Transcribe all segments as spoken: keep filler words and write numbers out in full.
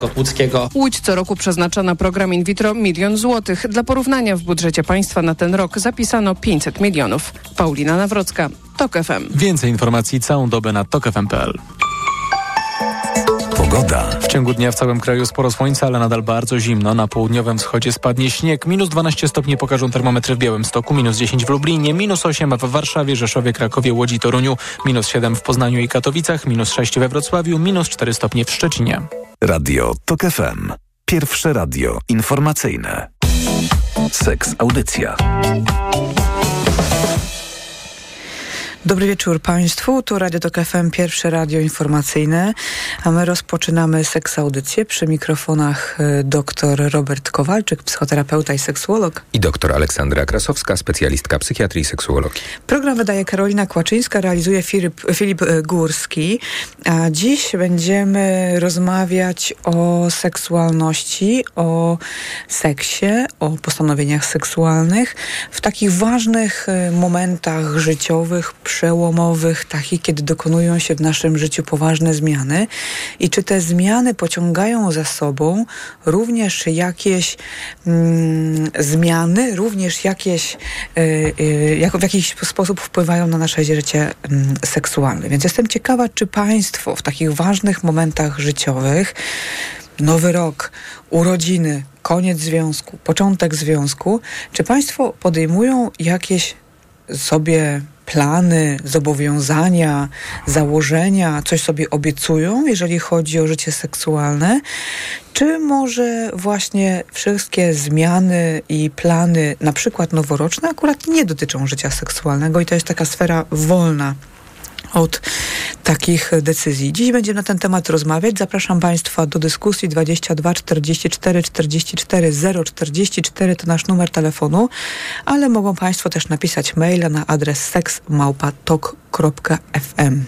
Łódzkiego. Łódź co roku przeznacza na program in vitro milion złotych. Dla porównania w budżecie państwa na ten rok zapisano pięćset milionów. Paulina Nawrocka, TOK F M. Więcej informacji całą dobę na tok f m kropka p l. Pogoda. W ciągu dnia w całym kraju sporo słońca, ale nadal bardzo zimno. Na południowym wschodzie spadnie śnieg. Minus dwanaście stopni pokażą termometry w Białymstoku, minus dziesięć w Lublinie, minus osiem w Warszawie, Rzeszowie, Krakowie, Łodzi, Toruniu, minus siedem w Poznaniu i Katowicach, minus sześć we Wrocławiu, minus cztery stopnie w Szczecinie. Radio TOK F M. Pierwsze radio informacyjne. Seks Audycja. Dobry wieczór Państwu, tu Radio TOK F M, pierwsze radio informacyjne, a my rozpoczynamy Seks Audycję. Przy mikrofonach dr Robert Kowalczyk, psychoterapeuta i seksuolog. I doktor Aleksandra Krasowska, specjalistka psychiatrii i seksuologii. Program wydaje Karolina Kłaczyńska, realizuje Filip, Filip Górski, a dziś będziemy rozmawiać o seksualności, o seksie, o postanowieniach seksualnych w takich ważnych momentach życiowych, przełomowych, takich, kiedy dokonują się w naszym życiu poważne zmiany i czy te zmiany pociągają za sobą również jakieś mm, zmiany, również jakieś y, y, jak, w jakiś sposób wpływają na nasze życie y, seksualne. Więc jestem ciekawa, czy Państwo w takich ważnych momentach życiowych, nowy rok, urodziny, koniec związku, początek związku, czy Państwo podejmują jakieś sobie plany, zobowiązania, założenia, coś sobie obiecują, jeżeli chodzi o życie seksualne, czy może właśnie wszystkie zmiany i plany, na przykład noworoczne, akurat nie dotyczą życia seksualnego i to jest taka sfera wolna od takich decyzji. Dziś będziemy na ten temat rozmawiać. Zapraszam Państwa do dyskusji. dwadzieścia dwa czterdzieści cztery czterdzieści cztery zero czterdzieści cztery to nasz numer telefonu, ale mogą Państwo też napisać maila na adres seks małpa tok kropka f m.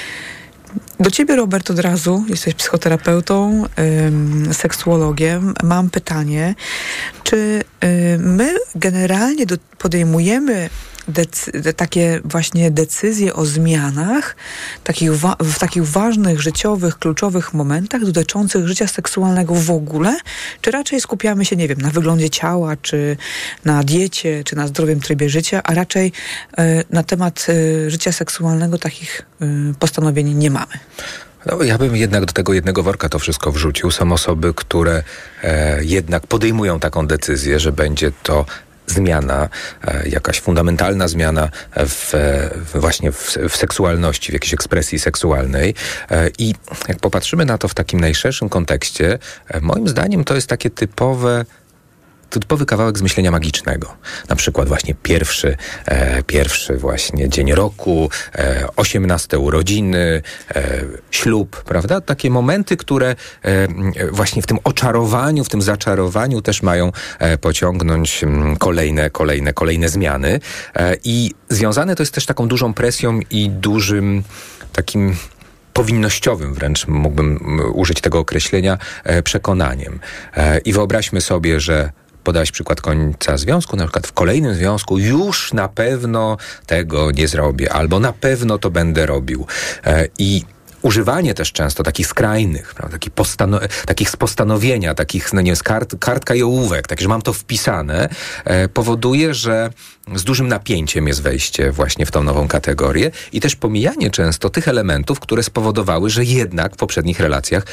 Do Ciebie, Robert, od razu. Jesteś psychoterapeutą, ym, seksuologiem. Mam pytanie, czy y, my generalnie do, podejmujemy Decy- takie właśnie decyzje o zmianach takich wa- w takich ważnych, życiowych, kluczowych momentach dotyczących życia seksualnego w ogóle? Czy raczej skupiamy się, nie wiem, na wyglądzie ciała, czy na diecie, czy na zdrowym trybie życia, a raczej y, na temat y, życia seksualnego takich y, postanowień nie mamy? No, ja bym jednak do tego jednego worka to wszystko wrzucił. Są osoby, które e, jednak podejmują taką decyzję, że będzie to zmiana, jakaś fundamentalna zmiana w, w właśnie w, w seksualności, w jakiejś ekspresji seksualnej. I jak popatrzymy na to w takim najszerszym kontekście, moim zdaniem to jest takie typowe typowy kawałek z myślenia magicznego. Na przykład właśnie pierwszy, e, pierwszy właśnie dzień roku, e, osiemnaste urodziny, e, ślub, prawda? Takie momenty, które e, właśnie w tym oczarowaniu, w tym zaczarowaniu też mają e, pociągnąć m, kolejne, kolejne, kolejne zmiany. E, I związane to jest też taką dużą presją i dużym takim powinnościowym wręcz, mógłbym użyć tego określenia, e, przekonaniem. E, I wyobraźmy sobie, że podałaś przykład końca związku, na przykład w kolejnym związku już na pewno tego nie zrobię, albo na pewno to będę robił. E, I używanie też często takich skrajnych, prawda, takich, postano- takich z postanowienia, takich, no nie wiem, z kart- kartka i ołówek, tak, że mam to wpisane, e, powoduje, że z dużym napięciem jest wejście właśnie w tą nową kategorię i też pomijanie często tych elementów, które spowodowały, że jednak w poprzednich relacjach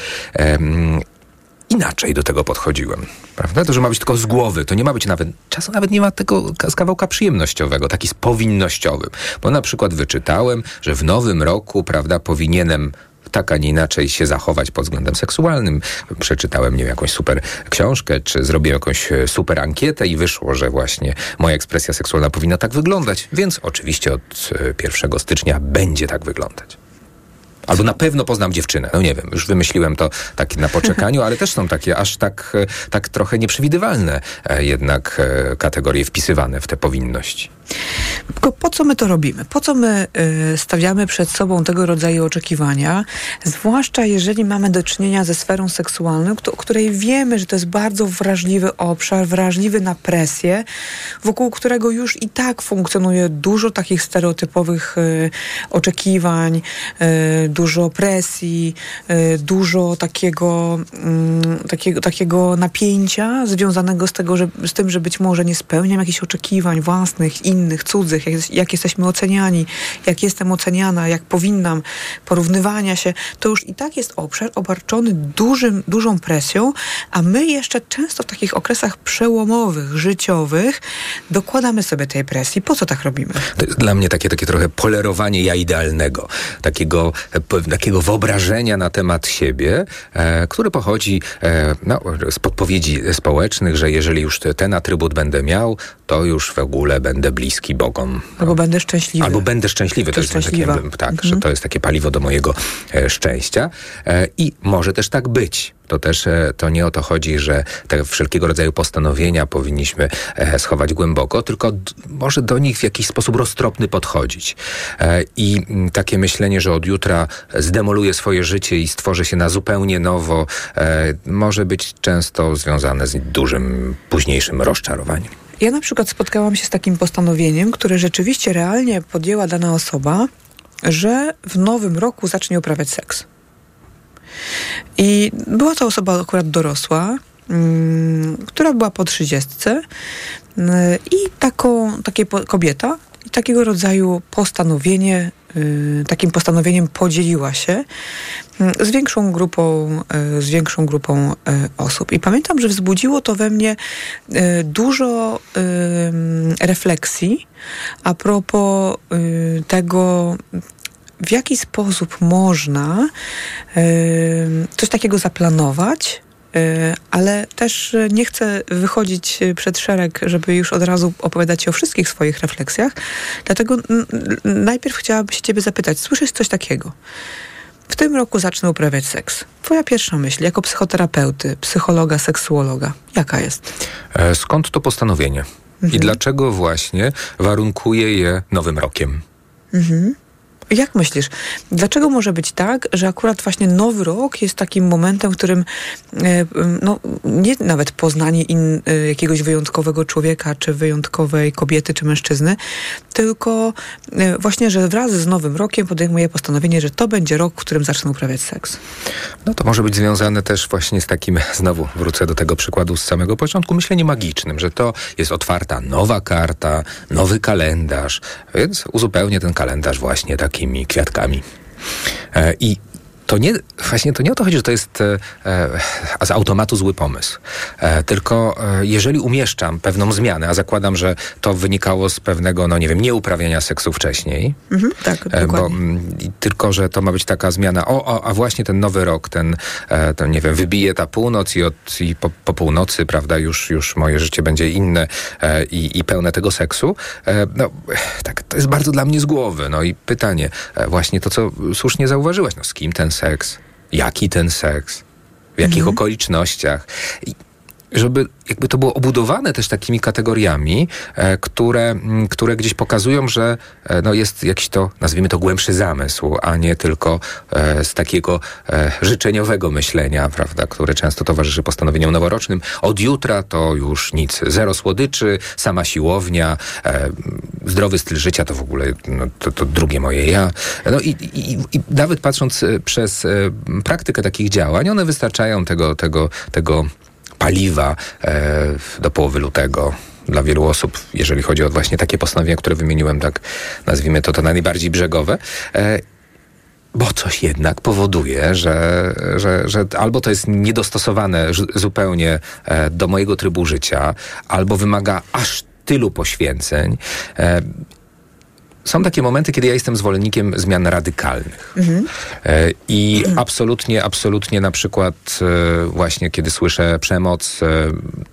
em, inaczej do tego podchodziłem, prawda? To, że ma być tylko z głowy, to nie ma być nawet, czasem nawet nie ma tego z kawałka przyjemnościowego, taki z powinnościowym. Bo na przykład wyczytałem, że w nowym roku, prawda, powinienem tak, a nie inaczej się zachować pod względem seksualnym. Przeczytałem, nie wiem, jakąś super książkę, czy zrobiłem jakąś super ankietę i wyszło, że właśnie moja ekspresja seksualna powinna tak wyglądać, więc oczywiście od pierwszego stycznia będzie tak wyglądać. Albo na pewno poznam dziewczynę. No nie wiem, już wymyśliłem to tak na poczekaniu, ale też są takie aż tak, tak trochę nieprzewidywalne jednak kategorie wpisywane w te powinności. Tylko po co my to robimy? Po co my y, stawiamy przed sobą tego rodzaju oczekiwania? Zwłaszcza jeżeli mamy do czynienia ze sferą seksualną, o której wiemy, że to jest bardzo wrażliwy obszar, wrażliwy na presję, wokół którego już i tak funkcjonuje dużo takich stereotypowych y, oczekiwań, y, dużo presji, dużo takiego, takiego, takiego napięcia związanego z, tego, że, z tym, że być może nie spełniam jakichś oczekiwań własnych, innych, cudzych, jak, jak jesteśmy oceniani, jak jestem oceniana, jak powinnam, porównywania się, to już i tak jest obszar obarczony dużym, dużą presją, a my jeszcze często w takich okresach przełomowych, życiowych dokładamy sobie tej presji. Po co tak robimy? To jest dla mnie takie, takie trochę polerowanie ja idealnego, takiego, takiego wyobrażenia na temat siebie, e, które pochodzi e, no, z podpowiedzi społecznych, że jeżeli już te, ten atrybut będę miał, to już w ogóle będę bliski Bogom. No. Albo będę szczęśliwy. Albo będę szczęśliwy. To jest takie, tak, mhm. że to jest takie paliwo do mojego e, szczęścia. E, I może też tak być. To też e, to nie o to chodzi, że te wszelkiego rodzaju postanowienia powinniśmy e, schować głęboko, tylko d- może do nich w jakiś sposób roztropny podchodzić. E, I m, takie myślenie, że od jutra zdemoluję swoje życie i stworzę się na zupełnie nowo, e, może być często związane z dużym późniejszym rozczarowaniem. Ja na przykład spotkałam się z takim postanowieniem, które rzeczywiście realnie podjęła dana osoba, że w nowym roku zacznie uprawiać seks. I była to osoba akurat dorosła, mm, która była po trzydziestce yy, i taką, takie po, kobieta i takiego rodzaju postanowienie, yy, takim postanowieniem podzieliła się yy, z większą grupą, yy, z większą grupą yy, osób. I pamiętam, że wzbudziło to we mnie yy, dużo yy, refleksji a propos yy, tego, w jaki sposób można y, coś takiego zaplanować, y, ale też nie chcę wychodzić przed szereg, żeby już od razu opowiadać ci o wszystkich swoich refleksjach. Dlatego n- najpierw chciałabym się ciebie zapytać, słyszysz coś takiego? W tym roku zacznę uprawiać seks. Twoja pierwsza myśl, jako psychoterapeuty, psychologa, seksuologa, jaka jest? E, skąd to postanowienie? Mhm. I dlaczego właśnie warunkuje je nowym rokiem? Mhm. Jak myślisz, dlaczego może być tak, że akurat właśnie nowy rok jest takim momentem, w którym no, nie nawet poznanie in, jakiegoś wyjątkowego człowieka, czy wyjątkowej kobiety, czy mężczyzny, tylko właśnie, że wraz z nowym rokiem podejmuje postanowienie, że to będzie rok, w którym zacznę uprawiać seks? No to może być związane też właśnie z takim, znowu wrócę do tego przykładu z samego początku, myśleniem magicznym, że to jest otwarta nowa karta, nowy kalendarz, więc uzupełnię ten kalendarz właśnie taki kwiatkami. E, I to nie, właśnie to nie o to chodzi, że to jest e, e, z automatu zły pomysł. E, tylko e, jeżeli umieszczam pewną zmianę, a zakładam, że to wynikało z pewnego, no nie wiem, nieuprawiania seksu wcześniej. Mhm, tak, e, bo, m, tylko, że to ma być taka zmiana, o, o, a właśnie ten nowy rok, ten, e, ten nie wiem, wybije ta północ i, od, i po, po północy, prawda, już, już moje życie będzie inne e, i, i pełne tego seksu. E, no, tak, to jest bardzo dla mnie z głowy. No i pytanie, e, właśnie to, co słusznie zauważyłaś, no z kim ten seks? Jaki ten seks? W jakich mhm. okolicznościach? I żeby jakby to było obudowane też takimi kategoriami, e, które, m, które gdzieś pokazują, że e, no jest jakiś to, nazwijmy to, głębszy zamysł, a nie tylko e, z takiego e, życzeniowego myślenia, prawda, które często towarzyszy postanowieniom noworocznym. Od jutra to już nic. Zero słodyczy, sama siłownia, e, zdrowy styl życia to w ogóle no, to, to drugie moje ja. No i, i, i nawet patrząc przez e, praktykę takich działań, one wystarczają tego, tego, tego paliwa e, do połowy lutego. Dla wielu osób, jeżeli chodzi o właśnie takie postanowienia, które wymieniłem, tak nazwijmy to, to najbardziej brzegowe, e, bo coś jednak powoduje, że, że, że albo to jest niedostosowane zupełnie e, do mojego trybu życia, albo wymaga aż tylu poświęceń. E, Są takie momenty, kiedy ja jestem zwolennikiem zmian radykalnych. Mhm. E, I mhm. absolutnie, absolutnie na przykład e, właśnie kiedy słyszę przemoc, e,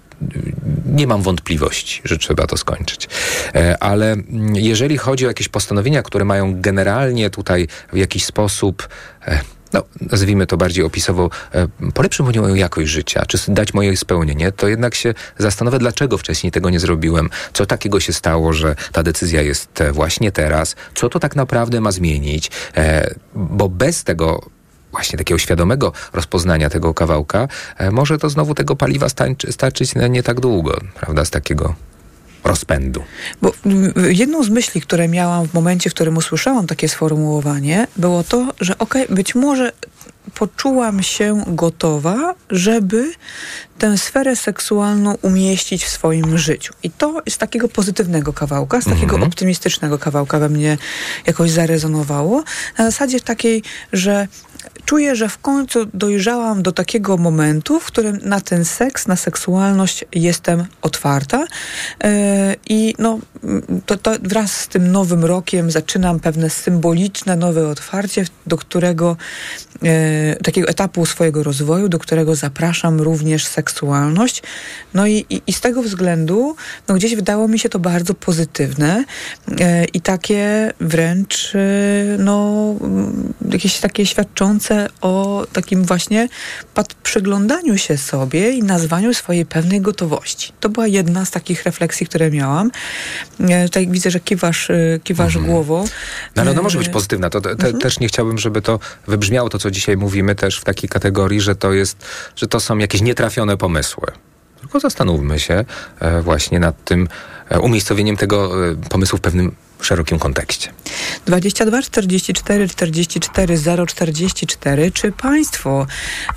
nie mam wątpliwości, że trzeba to skończyć. E, ale jeżeli chodzi o jakieś postanowienia, które mają generalnie tutaj w jakiś sposób e, no, nazwijmy to bardziej opisowo, e, polepszyć moją jakość życia, czy dać moje spełnienie, to jednak się zastanowię, dlaczego wcześniej tego nie zrobiłem, co takiego się stało, że ta decyzja jest właśnie teraz, co to tak naprawdę ma zmienić, e, bo bez tego właśnie takiego świadomego rozpoznania tego kawałka, e, może to znowu tego paliwa stańczy, starczyć na nie tak długo, prawda, z takiego rozpędu. Bo jedną z myśli, które miałam w momencie, w którym usłyszałam takie sformułowanie, było to, że okej, okay, być może poczułam się gotowa, żeby tę sferę seksualną umieścić w swoim życiu. I to z takiego pozytywnego kawałka, z takiego mm-hmm. optymistycznego kawałka we mnie jakoś zarezonowało. Na zasadzie takiej, że czuję, że w końcu dojrzałam do takiego momentu, w którym na ten seks, na seksualność jestem otwarta. Yy, I no, to, to wraz z tym nowym rokiem zaczynam pewne symboliczne nowe otwarcie, do którego yy, takiego etapu swojego rozwoju, do którego zapraszam również seksualność. No i, i, i z tego względu no gdzieś wydało mi się to bardzo pozytywne yy, i takie wręcz yy, no, jakieś takie świadczące o takim właśnie przyglądaniu się sobie i nazwaniu swojej pewnej gotowości. To była jedna z takich refleksji, które miałam. Ja tutaj widzę, że kiwasz, kiwasz mhm. głową. No ale ona może być pozytywna. To te, mhm. Też nie chciałbym, żeby to wybrzmiało, to co dzisiaj mówimy też w takiej kategorii, że to jest, że to są jakieś nietrafione pomysły. Tylko zastanówmy się e, właśnie nad tym e, umiejscowieniem tego e, pomysłu w pewnym szerokim kontekście. dwadzieścia dwa czterdzieści cztery czterdzieści cztery zero czterdzieści cztery. Czy państwo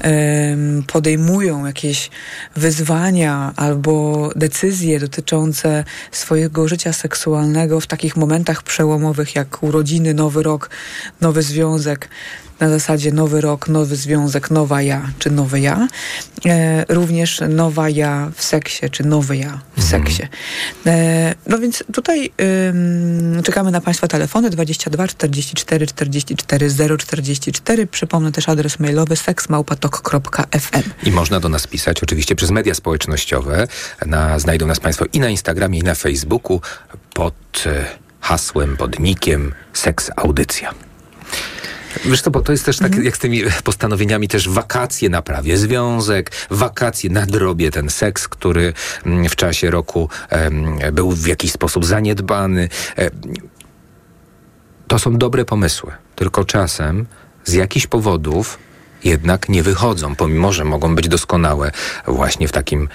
um, podejmują jakieś wyzwania albo decyzje dotyczące swojego życia seksualnego w takich momentach przełomowych jak urodziny, nowy rok, nowy związek? Na zasadzie nowy rok, nowy związek, nowa ja, czy nowy ja. E, również nowa ja w seksie, czy nowy ja w seksie. E, no więc tutaj ym, czekamy na państwa telefony dwadzieścia dwa czterdzieści cztery czterdzieści cztery zero czterdzieści cztery. Przypomnę też adres mailowy seks małpa tok kropka f m. I można do nas pisać oczywiście przez media społecznościowe. Na, znajdą nas państwo i na Instagramie, i na Facebooku pod y, hasłem, pod nickiem Seks Audycja. Wiesz co, bo to jest też tak, mm. jak z tymi postanowieniami, też wakacje na prawie związek, wakacje nadrobię ten seks, który w czasie roku um, był w jakiś sposób zaniedbany. To są dobre pomysły, tylko czasem z jakichś powodów jednak nie wychodzą, pomimo że mogą być doskonałe właśnie w takim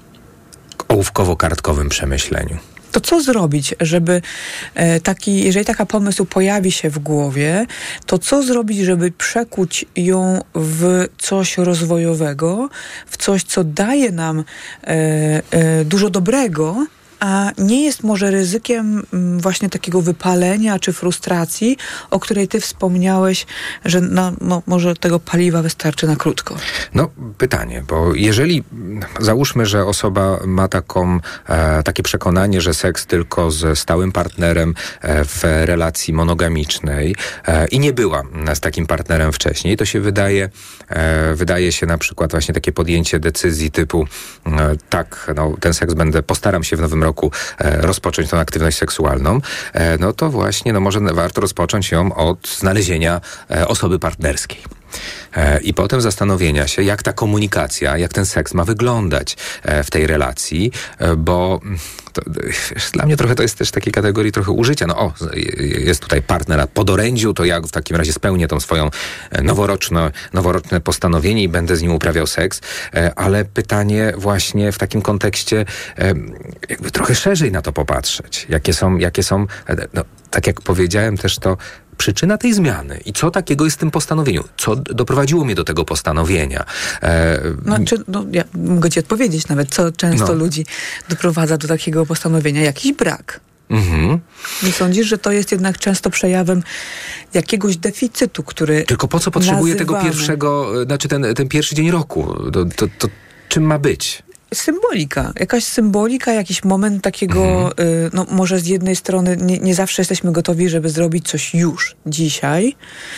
ołówkowo-kartkowym przemyśleniu. To co zrobić, żeby taki, jeżeli taka pomysł pojawi się w głowie, to co zrobić, żeby przekuć ją w coś rozwojowego, w coś, co daje nam e, e, dużo dobrego, a nie jest może ryzykiem właśnie takiego wypalenia czy frustracji, o której ty wspomniałeś, że no, no, może tego paliwa wystarczy na krótko. No pytanie, bo jeżeli załóżmy, że osoba ma taką, e, takie przekonanie, że seks tylko ze stałym partnerem e, w relacji monogamicznej e, i nie była z takim partnerem wcześniej, to się wydaje, e, wydaje się na przykład właśnie takie podjęcie decyzji typu e, tak, no, ten seks będę, postaram się w nowym roku e, rozpocząć tą aktywność seksualną, e, no to właśnie no może warto rozpocząć ją od znalezienia e, osoby partnerskiej. E, I potem zastanowienia się, jak ta komunikacja, jak ten seks ma wyglądać e, w tej relacji, e, bo to, wiesz, dla mnie trochę to jest też takiej kategorii trochę użycia. No o, jest tutaj partner po dorędziu, to ja w takim razie spełnię tą swoją noworoczne, noworoczne postanowienie i będę z nim uprawiał seks, e, ale pytanie właśnie w takim kontekście e, jakby trochę szerzej na to popatrzeć. Jakie są, jakie są e, no, tak jak powiedziałem też to przyczyna tej zmiany i co takiego jest w tym postanowieniu? Co doprowadziło mnie do tego postanowienia? E... No, czy, no, ja mogę ci odpowiedzieć nawet, co często no. ludzi doprowadza do takiego postanowienia. Jakiś brak. Mhm. Nie sądzisz, że to jest jednak często przejawem jakiegoś deficytu, który Tylko po co potrzebuję nazywamy... tego pierwszego, znaczy ten, ten pierwszy dzień roku? To, to, to czym ma być? Symbolika. Jakaś symbolika, jakiś moment takiego, mhm. y, no może z jednej strony nie, nie zawsze jesteśmy gotowi, żeby zrobić coś już, dzisiaj.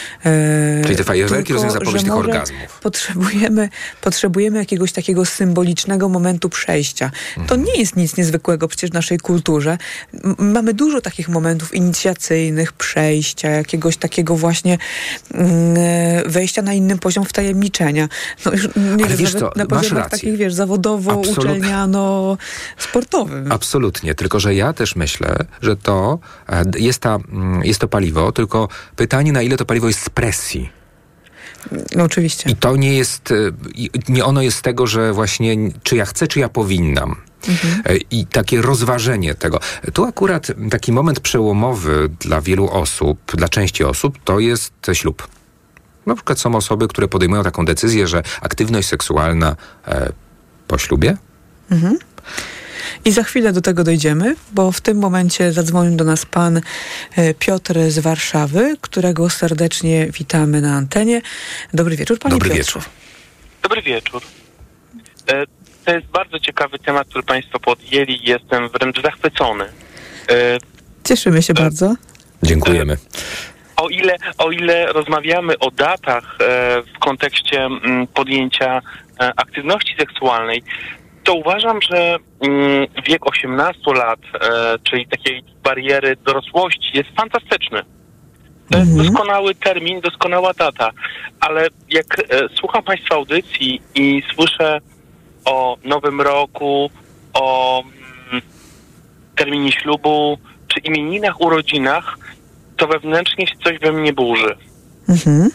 Y, Czyli te fajerwerki, rozumiem, zapowiedź tych orgazmów. Potrzebujemy, potrzebujemy jakiegoś takiego symbolicznego momentu przejścia. Mhm. To nie jest nic niezwykłego przecież w naszej kulturze. M- mamy dużo takich momentów inicjacyjnych, przejścia, jakiegoś takiego właśnie y, wejścia na inny poziom wtajemniczenia. No, już, nie Ale wiem, wiesz nawet co, na poziomach takich, wiesz, zawodowo Absolut... uczelniano-sportowym. Absolutnie, tylko że ja też myślę, że to jest, ta, jest to paliwo, tylko pytanie, na ile to paliwo jest z presji. No oczywiście. I to nie jest, nie ono jest z tego, że właśnie czy ja chcę, czy ja powinnam. Mhm. I takie rozważenie tego. Tu akurat taki moment przełomowy dla wielu osób, dla części osób, to jest ślub. Na przykład są osoby, które podejmują taką decyzję, że aktywność seksualna e, po ślubie. Mhm. I za chwilę do tego dojdziemy, bo w tym momencie zadzwonił do nas pan Piotr z Warszawy, którego serdecznie witamy na antenie. Dobry wieczór, panie Dobry Piotrze. wieczór. Dobry wieczór. To jest bardzo ciekawy temat, który państwo podjęli. Jestem wręcz zachwycony. Cieszymy się bardzo. Dziękujemy. O ile, o ile rozmawiamy o datach w kontekście podjęcia aktywności seksualnej, to uważam, że wiek osiemnaście lat, czyli takiej bariery dorosłości, jest fantastyczny. To jest Mhm. doskonały termin, doskonała data. Ale jak słucham państwa audycji i słyszę o nowym roku, o mm, terminie ślubu, czy imieninach, urodzinach, to wewnętrznie się coś we mnie burzy. Mhm.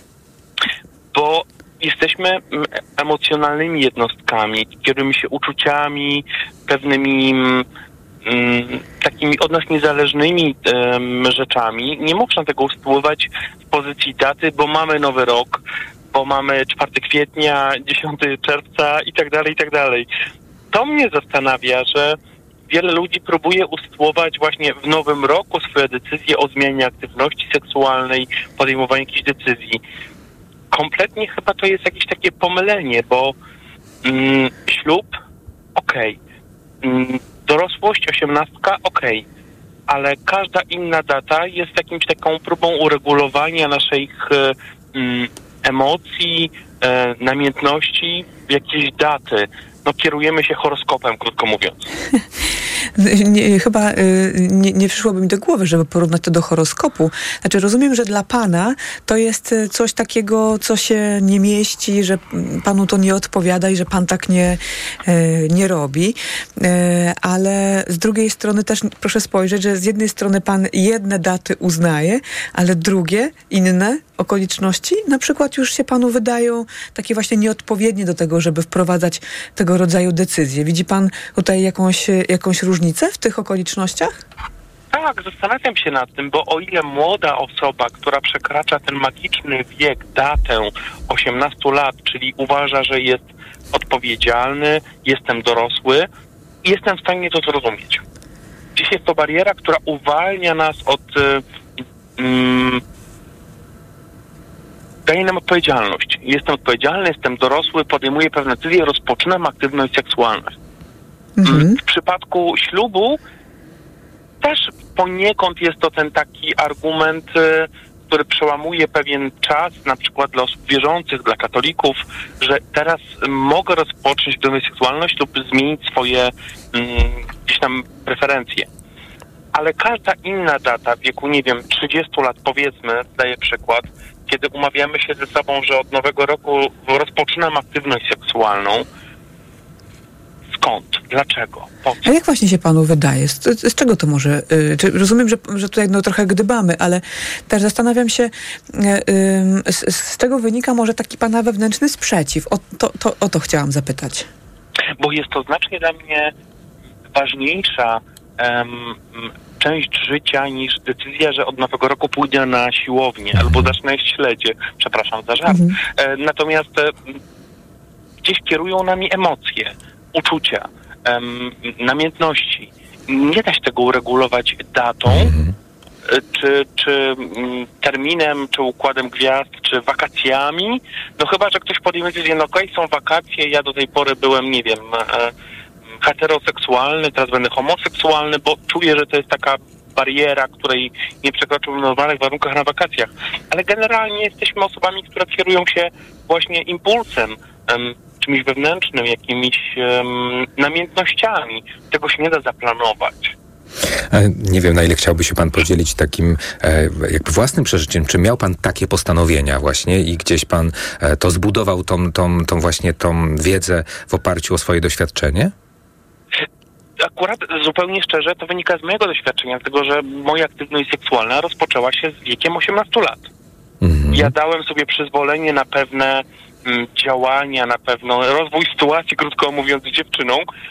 Bo jesteśmy mm, emocjonalnymi jednostkami, kierujemy się uczuciami, pewnymi mm, takimi od nas niezależnymi um, rzeczami. Nie można tego uspływać w pozycji daty, bo mamy nowy rok, bo mamy czwartego kwietnia, dziesiątego czerwca i tak dalej, i tak dalej. To mnie zastanawia, że wiele ludzi próbuje ustłować właśnie w nowym roku swoje decyzje o zmianie aktywności seksualnej, podejmowanie jakichś decyzji. Kompletnie chyba to jest jakieś takie pomylenie, bo mm, ślub, okej, okay. mm, dorosłość, osiemnastka, okej, okay. Ale każda inna data jest jakimś taką próbą uregulowania naszych mm, emocji, e, namiętności w jakieś daty. No kierujemy się horoskopem, krótko mówiąc. Nie, chyba y, nie, nie przyszłoby mi do głowy, żeby porównać to do horoskopu. Znaczy rozumiem, że dla pana to jest coś takiego, co się nie mieści, że panu to nie odpowiada i że pan tak nie, y, nie robi. Y, ale z drugiej strony też proszę spojrzeć, że z jednej strony pan jedne daty uznaje, ale drugie, inne okoliczności na przykład już się panu wydają takie właśnie nieodpowiednie do tego, żeby wprowadzać tego rodzaju decyzje. Widzi pan tutaj jakąś, jakąś różnicę w tych okolicznościach? Tak, zastanawiam się nad tym, bo o ile młoda osoba, która przekracza ten magiczny wiek, datę osiemnaście lat, czyli uważa, że jest odpowiedzialny, jestem dorosły, jestem w stanie to zrozumieć. Dziś jest to bariera, która uwalnia nas od... Mm, daje nam odpowiedzialność. Jestem odpowiedzialny, jestem dorosły, podejmuję pewne decyzje, rozpoczynam aktywność seksualną. Mhm. W przypadku ślubu też poniekąd jest to ten taki argument, który przełamuje pewien czas, na przykład dla osób wierzących, dla katolików, że teraz mogę rozpocząć aktywność seksualność lub zmienić swoje mm, gdzieś tam preferencje. Ale każda inna data w wieku, nie wiem, trzydziestu lat powiedzmy, daję przykład, kiedy umawiamy się ze sobą, że od nowego roku rozpoczynam aktywność seksualną. Skąd? Dlaczego? Po co? A jak właśnie się panu wydaje? Z, z czego to może... Y, czy rozumiem, że, że tutaj no, trochę gdybamy, ale też zastanawiam się, y, y, z, z czego wynika może taki pana wewnętrzny sprzeciw? O to, to, o to chciałam zapytać. Bo jest to znacznie dla mnie ważniejsza um, część życia niż decyzja, że od nowego roku pójdę na siłownię albo zacznę jeść śledzie. Przepraszam za żart. Mhm. E, natomiast e, gdzieś kierują nami emocje, uczucia, em, namiętności. Nie da się tego uregulować datą, mhm. czy, czy m, terminem, czy układem gwiazd, czy wakacjami. No chyba, że ktoś podejmie decyzję, no okej, okay, są wakacje, ja do tej pory byłem, nie wiem, e, heteroseksualny, teraz będę homoseksualny, bo czuję, że to jest taka bariera, której nie przekroczył w normalnych warunkach na wakacjach. Ale generalnie jesteśmy osobami, które kierują się właśnie impulsem, um, czymś wewnętrznym, jakimiś um, namiętnościami. Tego się nie da zaplanować. Nie wiem, na ile chciałby się pan podzielić takim e, jakby własnym przeżyciem. Czy miał pan takie postanowienia właśnie i gdzieś pan e, to zbudował, tą, tą, tą właśnie tą wiedzę w oparciu o swoje doświadczenie? Akurat zupełnie szczerze to wynika z mojego doświadczenia, dlatego że moja aktywność seksualna rozpoczęła się z wiekiem osiemnastu lat. Mhm. Ja dałem sobie przyzwolenie na pewne m, działania, na pewno rozwój sytuacji, krótko mówiąc, z dziewczyną,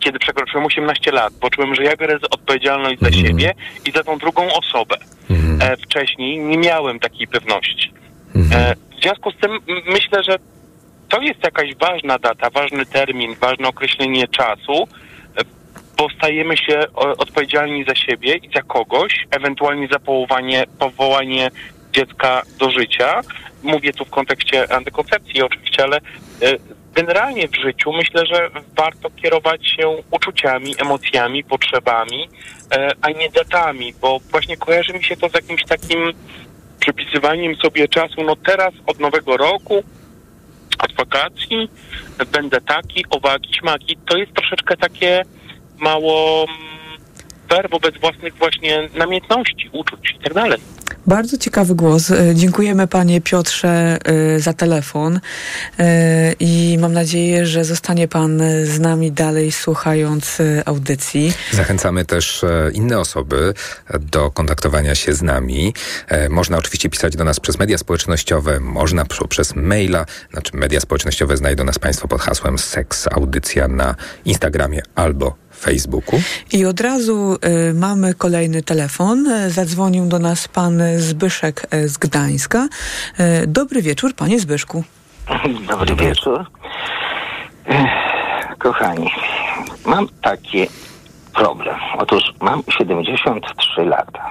kiedy przekroczyłem osiemnaście lat, poczułem, że ja biorę odpowiedzialność za Mhm. siebie i za tą drugą osobę. Mhm. E, wcześniej nie miałem takiej pewności. Mhm. E, w związku z tym m- myślę, że to jest jakaś ważna data, ważny termin, ważne określenie czasu, e, bo stajemy się o, odpowiedzialni za siebie i za kogoś, ewentualnie za powołanie, powołanie dziecka do życia. Mówię tu w kontekście antykoncepcji oczywiście, ale e, generalnie w życiu myślę, że warto kierować się uczuciami, emocjami, potrzebami, e, a nie datami, bo właśnie kojarzy mi się to z jakimś takim przypisywaniem sobie czasu, no teraz od nowego roku, od wakacji, będę taki, owaki, śmaki. To jest troszeczkę takie mało mm, fair wobec własnych właśnie namiętności, uczuć i tak dalej. Bardzo ciekawy głos. E, Dziękujemy panie Piotrze e, za telefon e, i mam nadzieję, że zostanie pan z nami dalej słuchając e, audycji. Zachęcamy też e, inne osoby do kontaktowania się z nami. E, Można oczywiście pisać do nas przez media społecznościowe, można pr- przez maila. Znaczy media społecznościowe znajdą nas państwo pod hasłem Seks Audycja na Instagramie albo Facebooku. I od razu e, mamy kolejny telefon. E, Zadzwonił do nas pan Zbyszek e, z Gdańska. E, Dobry wieczór, panie Zbyszku. Dobry wieczór. Ech, Kochani, mam taki problem. Otóż mam siedemdziesiąt trzy lata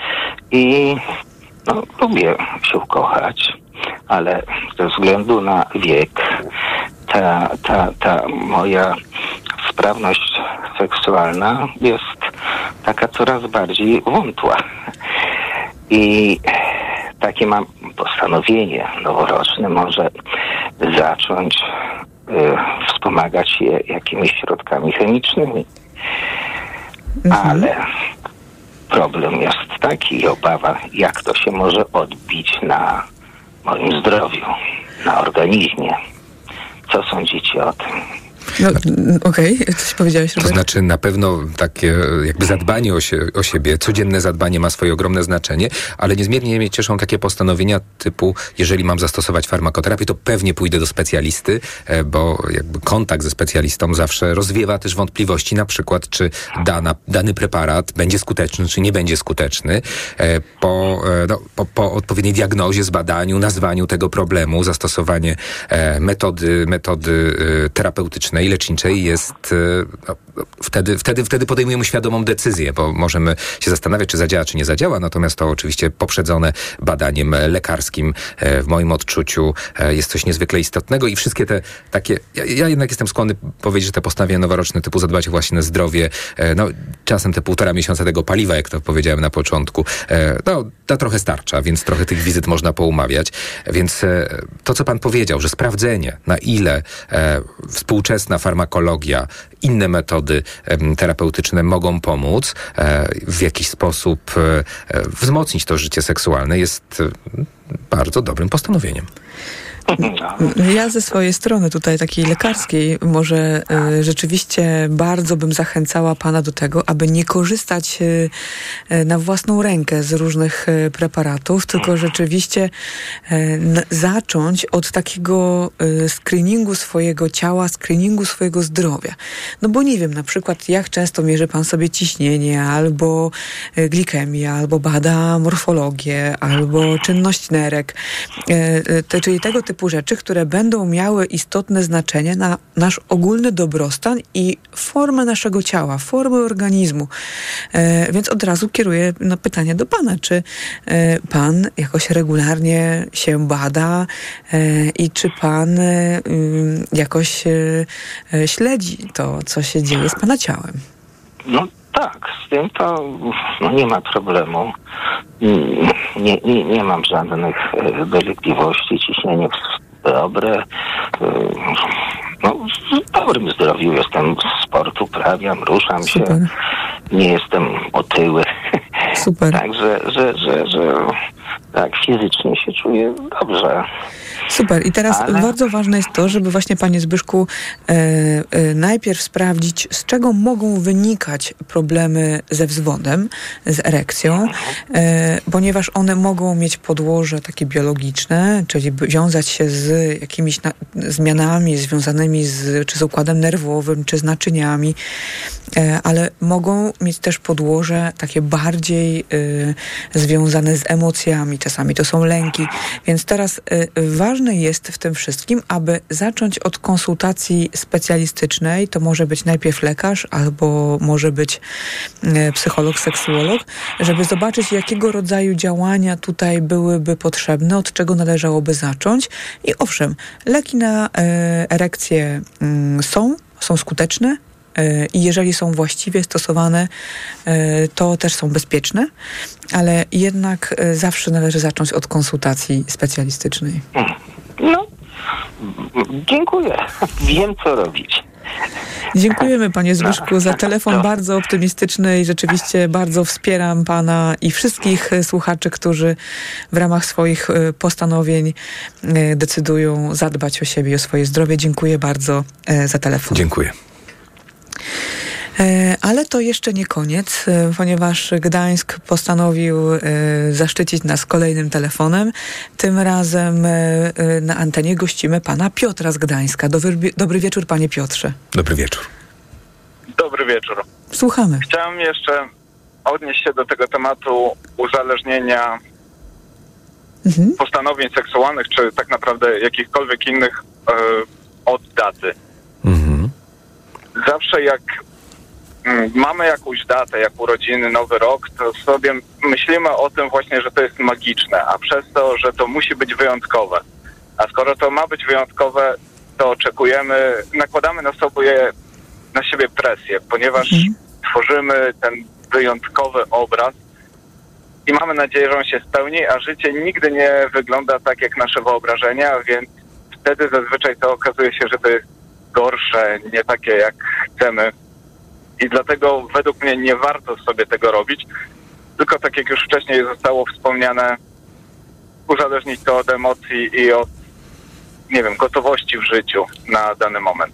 i no, lubię się ukochać, ale ze względu na wiek ta, ta, ta moja sprawność seksualna jest taka coraz bardziej wątła. I takie mam postanowienie noworoczne, może zacząć y, wspomagać je jakimiś środkami chemicznymi. Mhm. Ale problem jest taki i obawa, jak to się może odbić na moim zdrowiu, na organizmie. Co sądzicie o tym? No, n- Okej, coś powiedziałeś, To Robert? znaczy na pewno takie jakby zadbanie o, się, o siebie, codzienne zadbanie ma swoje ogromne znaczenie, ale niezmiernie mnie cieszą takie postanowienia typu, jeżeli mam zastosować farmakoterapię, to pewnie pójdę do specjalisty, e, bo jakby kontakt ze specjalistą zawsze rozwiewa też wątpliwości, na przykład czy dana, dany preparat będzie skuteczny, czy nie będzie skuteczny. E, Po, e, no, po, po odpowiedniej diagnozie, zbadaniu, nazwaniu tego problemu, zastosowanie e, metody, metody e, terapeutycznej, leczniczej jest e, no, wtedy, wtedy, wtedy podejmujemy świadomą decyzję, bo możemy się zastanawiać, czy zadziała, czy nie zadziała, natomiast to oczywiście poprzedzone badaniem lekarskim e, w moim odczuciu e, jest coś niezwykle istotnego i wszystkie te takie, ja, ja jednak jestem skłonny powiedzieć, że te postanowienia noworoczne typu zadbać o własne zdrowie, e, no czasem te półtora miesiąca tego paliwa, jak to powiedziałem na początku, e, no to trochę starcza, więc trochę tych wizyt można poumawiać, więc e, to, co pan powiedział, że sprawdzenie, na ile e, współczesna farmakologia, inne metody e, terapeutyczne mogą pomóc e, w jakiś sposób e, wzmocnić to życie seksualne, jest e, bardzo dobrym postanowieniem. Ja ze swojej strony tutaj takiej lekarskiej może y, rzeczywiście bardzo bym zachęcała pana do tego, aby nie korzystać y, y, na własną rękę z różnych y, preparatów, tylko rzeczywiście y, n- zacząć od takiego y, screeningu swojego ciała, screeningu swojego zdrowia. No bo nie wiem, na przykład jak często mierzy pan sobie ciśnienie, albo y, glikemię, albo bada morfologię, albo czynność nerek, y, y, te, czyli tego typu rzeczy, które będą miały istotne znaczenie na nasz ogólny dobrostan i formę naszego ciała, formę organizmu. E, więc od razu kieruję no, pytanie do pana, czy e, pan jakoś regularnie się bada e, i czy pan e, y, jakoś e, śledzi to, co się dzieje z pana ciałem? No tak, z tym to no, nie ma problemu. Nie, nie, nie mam żadnych e, dolegliwości, ciśnienie dobre. E, no, w dobrym zdrowiu jestem, sport uprawiam, ruszam Super. się, nie jestem otyły. Super. Także, że, że, że tak fizycznie się czuję dobrze. Super. I teraz Ale... bardzo ważne jest to, żeby właśnie, panie Zbyszku, e, e, najpierw sprawdzić, z czego mogą wynikać problemy ze wzwodem, z erekcją, e, ponieważ one mogą mieć podłoże takie biologiczne, czyli wiązać się z jakimiś na, zmianami związanymi z, czy z układem nerwowym, czy z naczyniami, e, ale mogą mieć też podłoże takie bardziej e, związane z emocjami. Czasami to są lęki. Więc teraz e, ważne jest w tym wszystkim, aby zacząć od konsultacji specjalistycznej. To może być najpierw lekarz, albo może być e, psycholog, seksuolog, żeby zobaczyć, jakiego rodzaju działania tutaj byłyby potrzebne, od czego należałoby zacząć. I owszem, leki na e, erekcję mm, są, są skuteczne, i jeżeli są właściwie stosowane, to też są bezpieczne, ale jednak zawsze należy zacząć od konsultacji specjalistycznej. No, dziękuję. Wiem, co robić. Dziękujemy, panie Zbyszku, za telefon bardzo optymistyczny i rzeczywiście bardzo wspieram pana i wszystkich słuchaczy, którzy w ramach swoich postanowień decydują zadbać o siebie i o swoje zdrowie. Dziękuję bardzo za telefon. Dziękuję. Ale to jeszcze nie koniec, ponieważ Gdańsk postanowił zaszczycić nas kolejnym telefonem. Tym razem na antenie gościmy pana Piotra z Gdańska. Dobry, dobry wieczór, panie Piotrze. Dobry wieczór. Dobry wieczór. Słuchamy. Chciałem jeszcze odnieść się do tego tematu uzależnienia mhm. postanowień seksualnych, czy tak naprawdę jakichkolwiek innych e, od daty. Mhm. Zawsze jak mm, mamy jakąś datę, jak urodziny, nowy rok, to sobie myślimy o tym właśnie, że to jest magiczne, a przez to, że to musi być wyjątkowe. A skoro to ma być wyjątkowe, to oczekujemy, nakładamy na sobie, na siebie presję, ponieważ mhm. tworzymy ten wyjątkowy obraz i mamy nadzieję, że on się spełni, a życie nigdy nie wygląda tak jak nasze wyobrażenia, więc wtedy zazwyczaj to okazuje się, że to jest gorsze, nie takie jak chcemy. I dlatego według mnie nie warto sobie tego robić, tylko tak jak już wcześniej zostało wspomniane, uzależnić to od emocji i od, nie wiem, gotowości w życiu na dany moment.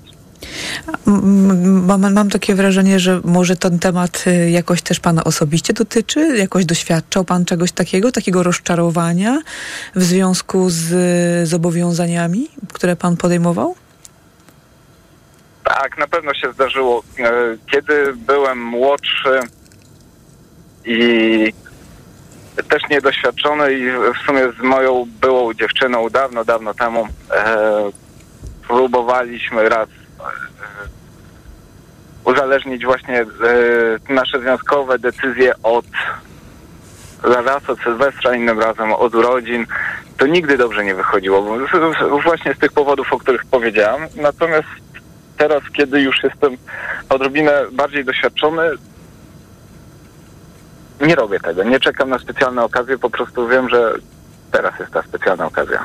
Mam, mam takie wrażenie, że może ten temat jakoś też pana osobiście dotyczy? Jakoś doświadczał pan czegoś takiego, takiego rozczarowania w związku z zobowiązaniami, które pan podejmował? Tak, na pewno się zdarzyło. Kiedy byłem młodszy i też niedoświadczony i w sumie z moją byłą dziewczyną dawno, dawno temu e, próbowaliśmy raz e, uzależnić właśnie e, nasze związkowe decyzje od raz od Sylwestra, innym razem od urodzin. To nigdy dobrze nie wychodziło, bo właśnie z tych powodów, o których powiedziałem. Natomiast teraz, kiedy już jestem odrobinę bardziej doświadczony, nie robię tego. Nie czekam na specjalne okazje, po prostu wiem, że teraz jest ta specjalna okazja.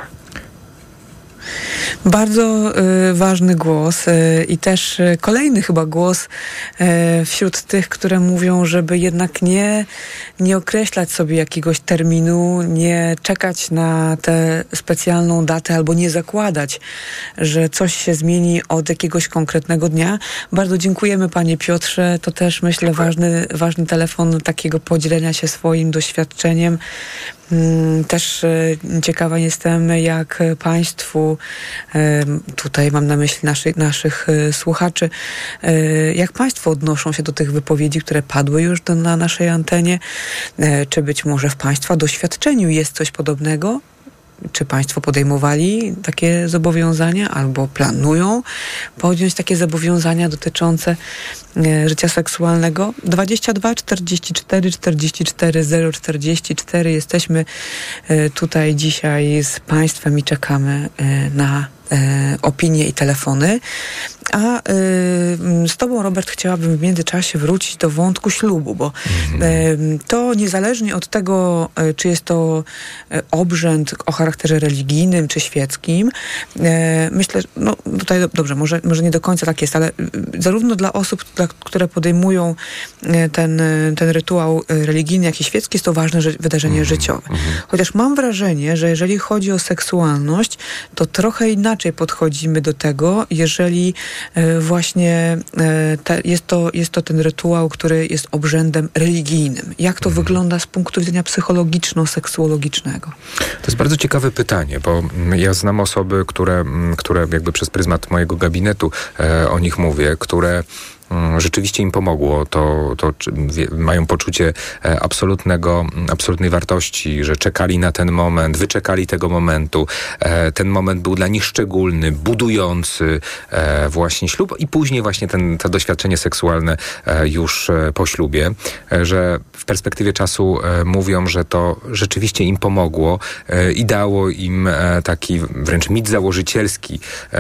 Bardzo y, ważny głos y, i też y, kolejny chyba głos y, wśród tych, które mówią, żeby jednak nie, nie określać sobie jakiegoś terminu, nie czekać na tę specjalną datę albo nie zakładać, że coś się zmieni od jakiegoś konkretnego dnia. Bardzo dziękujemy, panie Piotrze. To też, myślę, ważny, ważny telefon takiego podzielenia się swoim doświadczeniem. Też ciekawa jestem, jak państwu, tutaj mam na myśli naszych, naszych słuchaczy, jak państwo odnoszą się do tych wypowiedzi, które padły już do, na naszej antenie. Czy być może w państwa doświadczeniu jest coś podobnego? Czy państwo podejmowali takie zobowiązania albo planują podjąć takie zobowiązania dotyczące e, życia seksualnego? dwadzieścia dwa czterdzieści cztery czterdzieści cztery zero czterdzieści cztery. Jesteśmy e, tutaj dzisiaj z państwem i czekamy e, na e, opinie i telefony. A e, z tobą, Robert, chciałabym w międzyczasie wrócić do wątku ślubu, bo mm. to niezależnie od tego, czy jest to obrzęd o charakterze religijnym, czy świeckim, myślę, no tutaj dobrze, może, może nie do końca tak jest, ale zarówno dla osób, dla, które podejmują ten, ten rytuał religijny, jak i świecki, jest to ważne wydarzenie mm. życiowe. Mm. Chociaż mam wrażenie, że jeżeli chodzi o seksualność, to trochę inaczej podchodzimy do tego, jeżeli właśnie te, jest, to, jest to ten rytuał, który jest obrzędem religijnym. Jak to mm. wygląda z punktu widzenia psychologiczno-seksuologicznego? To jest bardzo ciekawe pytanie, bo ja znam osoby, które, które jakby przez pryzmat mojego gabinetu e, o nich mówię, które rzeczywiście im pomogło, to, to mają poczucie absolutnego, absolutnej wartości, że czekali na ten moment, wyczekali tego momentu. Ten moment był dla nich szczególny, budujący właśnie ślub i później właśnie ten, to doświadczenie seksualne już po ślubie, że w perspektywie czasu mówią, że to rzeczywiście im pomogło i dało im taki wręcz mit założycielski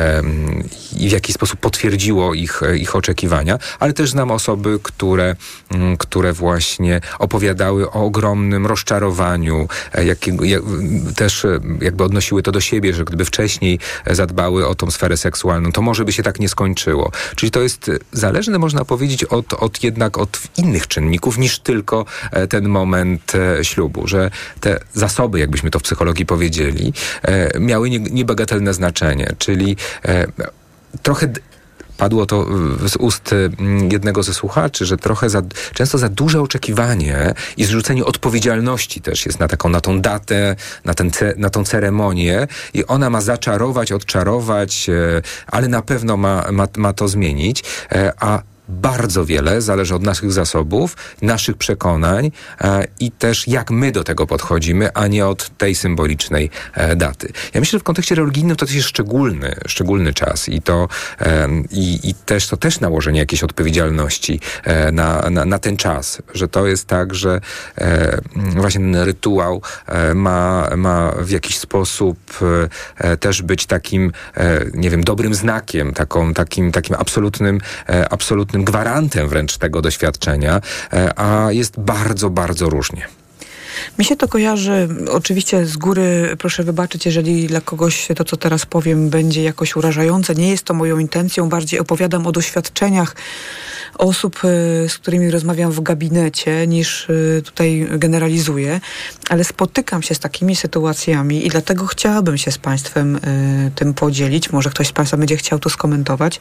i w jakiś sposób potwierdziło ich, ich oczekiwania. Ale też znam osoby, które, które właśnie opowiadały o ogromnym rozczarowaniu, jakiego, jak, też jakby odnosiły to do siebie, że gdyby wcześniej zadbały o tą sferę seksualną, to może by się tak nie skończyło. Czyli to jest zależne, można powiedzieć, od, od jednak od innych czynników niż tylko ten moment ślubu, że te zasoby, jakbyśmy to w psychologii powiedzieli, miały niebagatelne znaczenie, czyli trochę padło to z ust jednego ze słuchaczy, że trochę za, często za duże oczekiwanie i zrzucenie odpowiedzialności też jest na taką, na tą datę, na, ten, na tą ceremonię i ona ma zaczarować, odczarować, ale na pewno ma, ma, ma to zmienić, a bardzo wiele zależy od naszych zasobów, naszych przekonań e, i też jak my do tego podchodzimy, a nie od tej symbolicznej e, daty. Ja myślę, że w kontekście religijnym to też jest szczególny, szczególny czas i to e, i, i też to też nałożenie jakiejś odpowiedzialności e, na, na, na ten czas, że to jest tak, że e, właśnie ten rytuał e, ma, ma w jakiś sposób e, też być takim, e, nie wiem, dobrym znakiem, taką, takim, takim absolutnym, e, absolutnym gwarantem wręcz tego doświadczenia, a jest bardzo, bardzo różnie. Mi się to kojarzy, oczywiście z góry proszę wybaczyć, jeżeli dla kogoś to, co teraz powiem, będzie jakoś urażające. Nie jest to moją intencją, bardziej opowiadam o doświadczeniach osób, z którymi rozmawiam w gabinecie, niż tutaj generalizuję, ale spotykam się z takimi sytuacjami i dlatego chciałabym się z Państwem y, tym podzielić, może ktoś z Państwa będzie chciał to skomentować,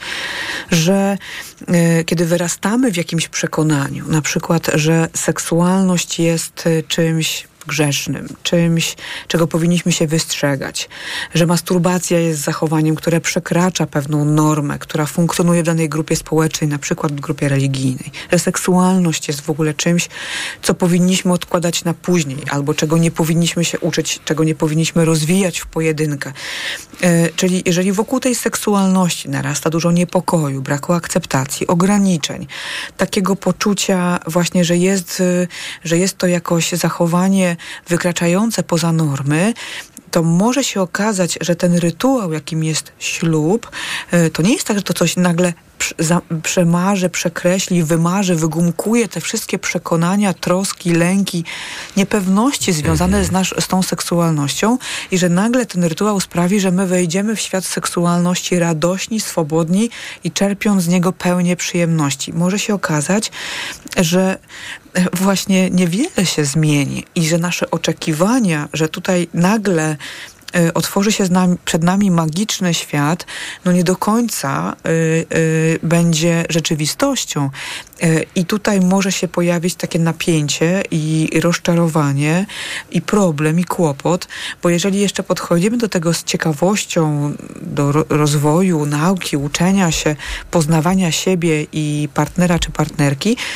że y, kiedy wyrastamy w jakimś przekonaniu, na przykład, że seksualność jest y, czymś grzesznym, czymś, czego powinniśmy się wystrzegać, że masturbacja jest zachowaniem, które przekracza pewną normę, która funkcjonuje w danej grupie społecznej, na przykład w grupie religijnej, że seksualność jest w ogóle czymś, co powinniśmy odkładać na później, albo czego nie powinniśmy się uczyć, czego nie powinniśmy rozwijać w pojedynkę. Yy, czyli jeżeli wokół tej seksualności narasta dużo niepokoju, braku akceptacji, ograniczeń, takiego poczucia właśnie, że jest, yy, że jest to jakoś zachowanie wykraczające poza normy, to może się okazać, że ten rytuał, jakim jest ślub, to nie jest tak, że to coś nagle przemarzy, przekreśli, wymarzy, wygumkuje te wszystkie przekonania, troski, lęki, niepewności związane z, nasz, z tą seksualnością i że nagle ten rytuał sprawi, że my wejdziemy w świat seksualności radośni, swobodni i czerpiąc z niego pełnię przyjemności. Może się okazać, że właśnie niewiele się zmieni i że nasze oczekiwania, że tutaj nagle otworzy się z nami, przed nami magiczny świat, no nie do końca y, y, będzie rzeczywistością. Y, I tutaj może się pojawić takie napięcie i rozczarowanie i problem i kłopot, bo jeżeli jeszcze podchodzimy do tego z ciekawością, do ro- rozwoju, nauki, uczenia się, poznawania siebie i partnera czy partnerki,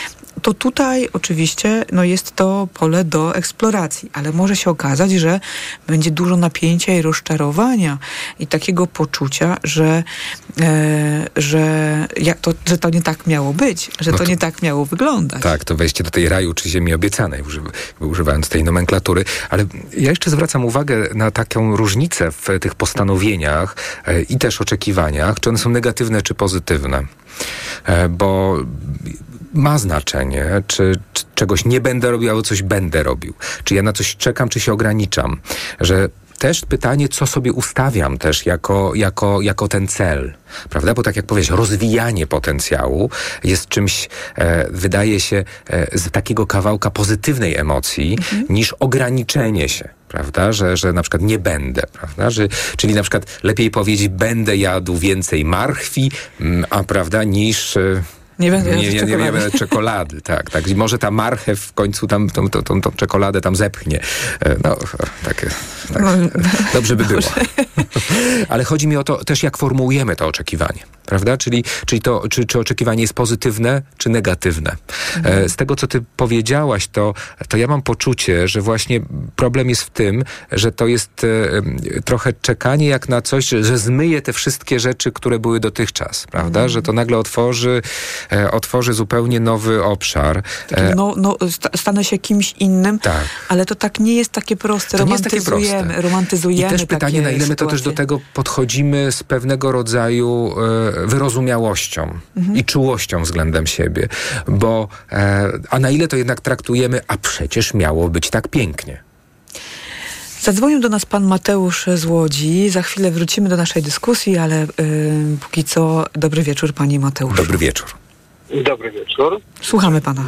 to tutaj oczywiście no jest to pole do eksploracji, ale może się okazać, że będzie dużo napięcia i rozczarowania i takiego poczucia, że, e, że, ja, to, że to nie tak miało być, że no to, to nie tak miało wyglądać. Tak, to wejście do tej raju czy ziemi obiecanej, używ, używając tej nomenklatury. Ale ja jeszcze zwracam uwagę na taką różnicę w tych postanowieniach e, i też oczekiwaniach, czy one są negatywne, czy pozytywne. E, bo ma znaczenie, czy, czy czegoś nie będę robił, albo coś będę robił. Czy ja na coś czekam, czy się ograniczam. Że też pytanie, co sobie ustawiam też jako, jako, jako ten cel, prawda? Bo tak jak powiedziałeś, rozwijanie potencjału jest czymś, e, wydaje się, e, z takiego kawałka pozytywnej emocji, mhm. niż ograniczenie się, prawda? Że, że na przykład nie będę, prawda? Że, czyli na przykład lepiej powiedzieć, będę jadł więcej marchwi, m, a prawda, niż... E, Nie będę nie, nie, nie, nie będę czekolady, tak, tak. I może ta marchew w końcu tam tą, tą, tą, tą czekoladę tam zepchnie. No, takie, tak. No, dobrze by było. Ale chodzi mi o to też, jak formułujemy to oczekiwanie, prawda? Czyli, czyli to, czy, czy oczekiwanie jest pozytywne, czy negatywne. Mhm. Z tego, co ty powiedziałaś, to, to ja mam poczucie, że właśnie problem jest w tym, że to jest e, trochę czekanie jak na coś, że zmyje te wszystkie rzeczy, które były dotychczas, prawda? Mhm. Że to nagle otworzy E, otworzy zupełnie nowy obszar. E, no, no, stanę się kimś innym, tak. ale to tak nie jest takie proste. To nie jest takie proste. Romantyzujemy. I też pytanie, na ile my to też do tego podchodzimy z pewnego rodzaju e, wyrozumiałością mhm. i czułością względem siebie. Bo, e, a na ile to jednak traktujemy, a przecież miało być tak pięknie. Zadzwonił do nas pan Mateusz z Łodzi. Za chwilę wrócimy do naszej dyskusji, ale yy, póki co dobry wieczór, panie Mateuszu. Dobry wieczór. Dobry wieczór. Słuchamy pana.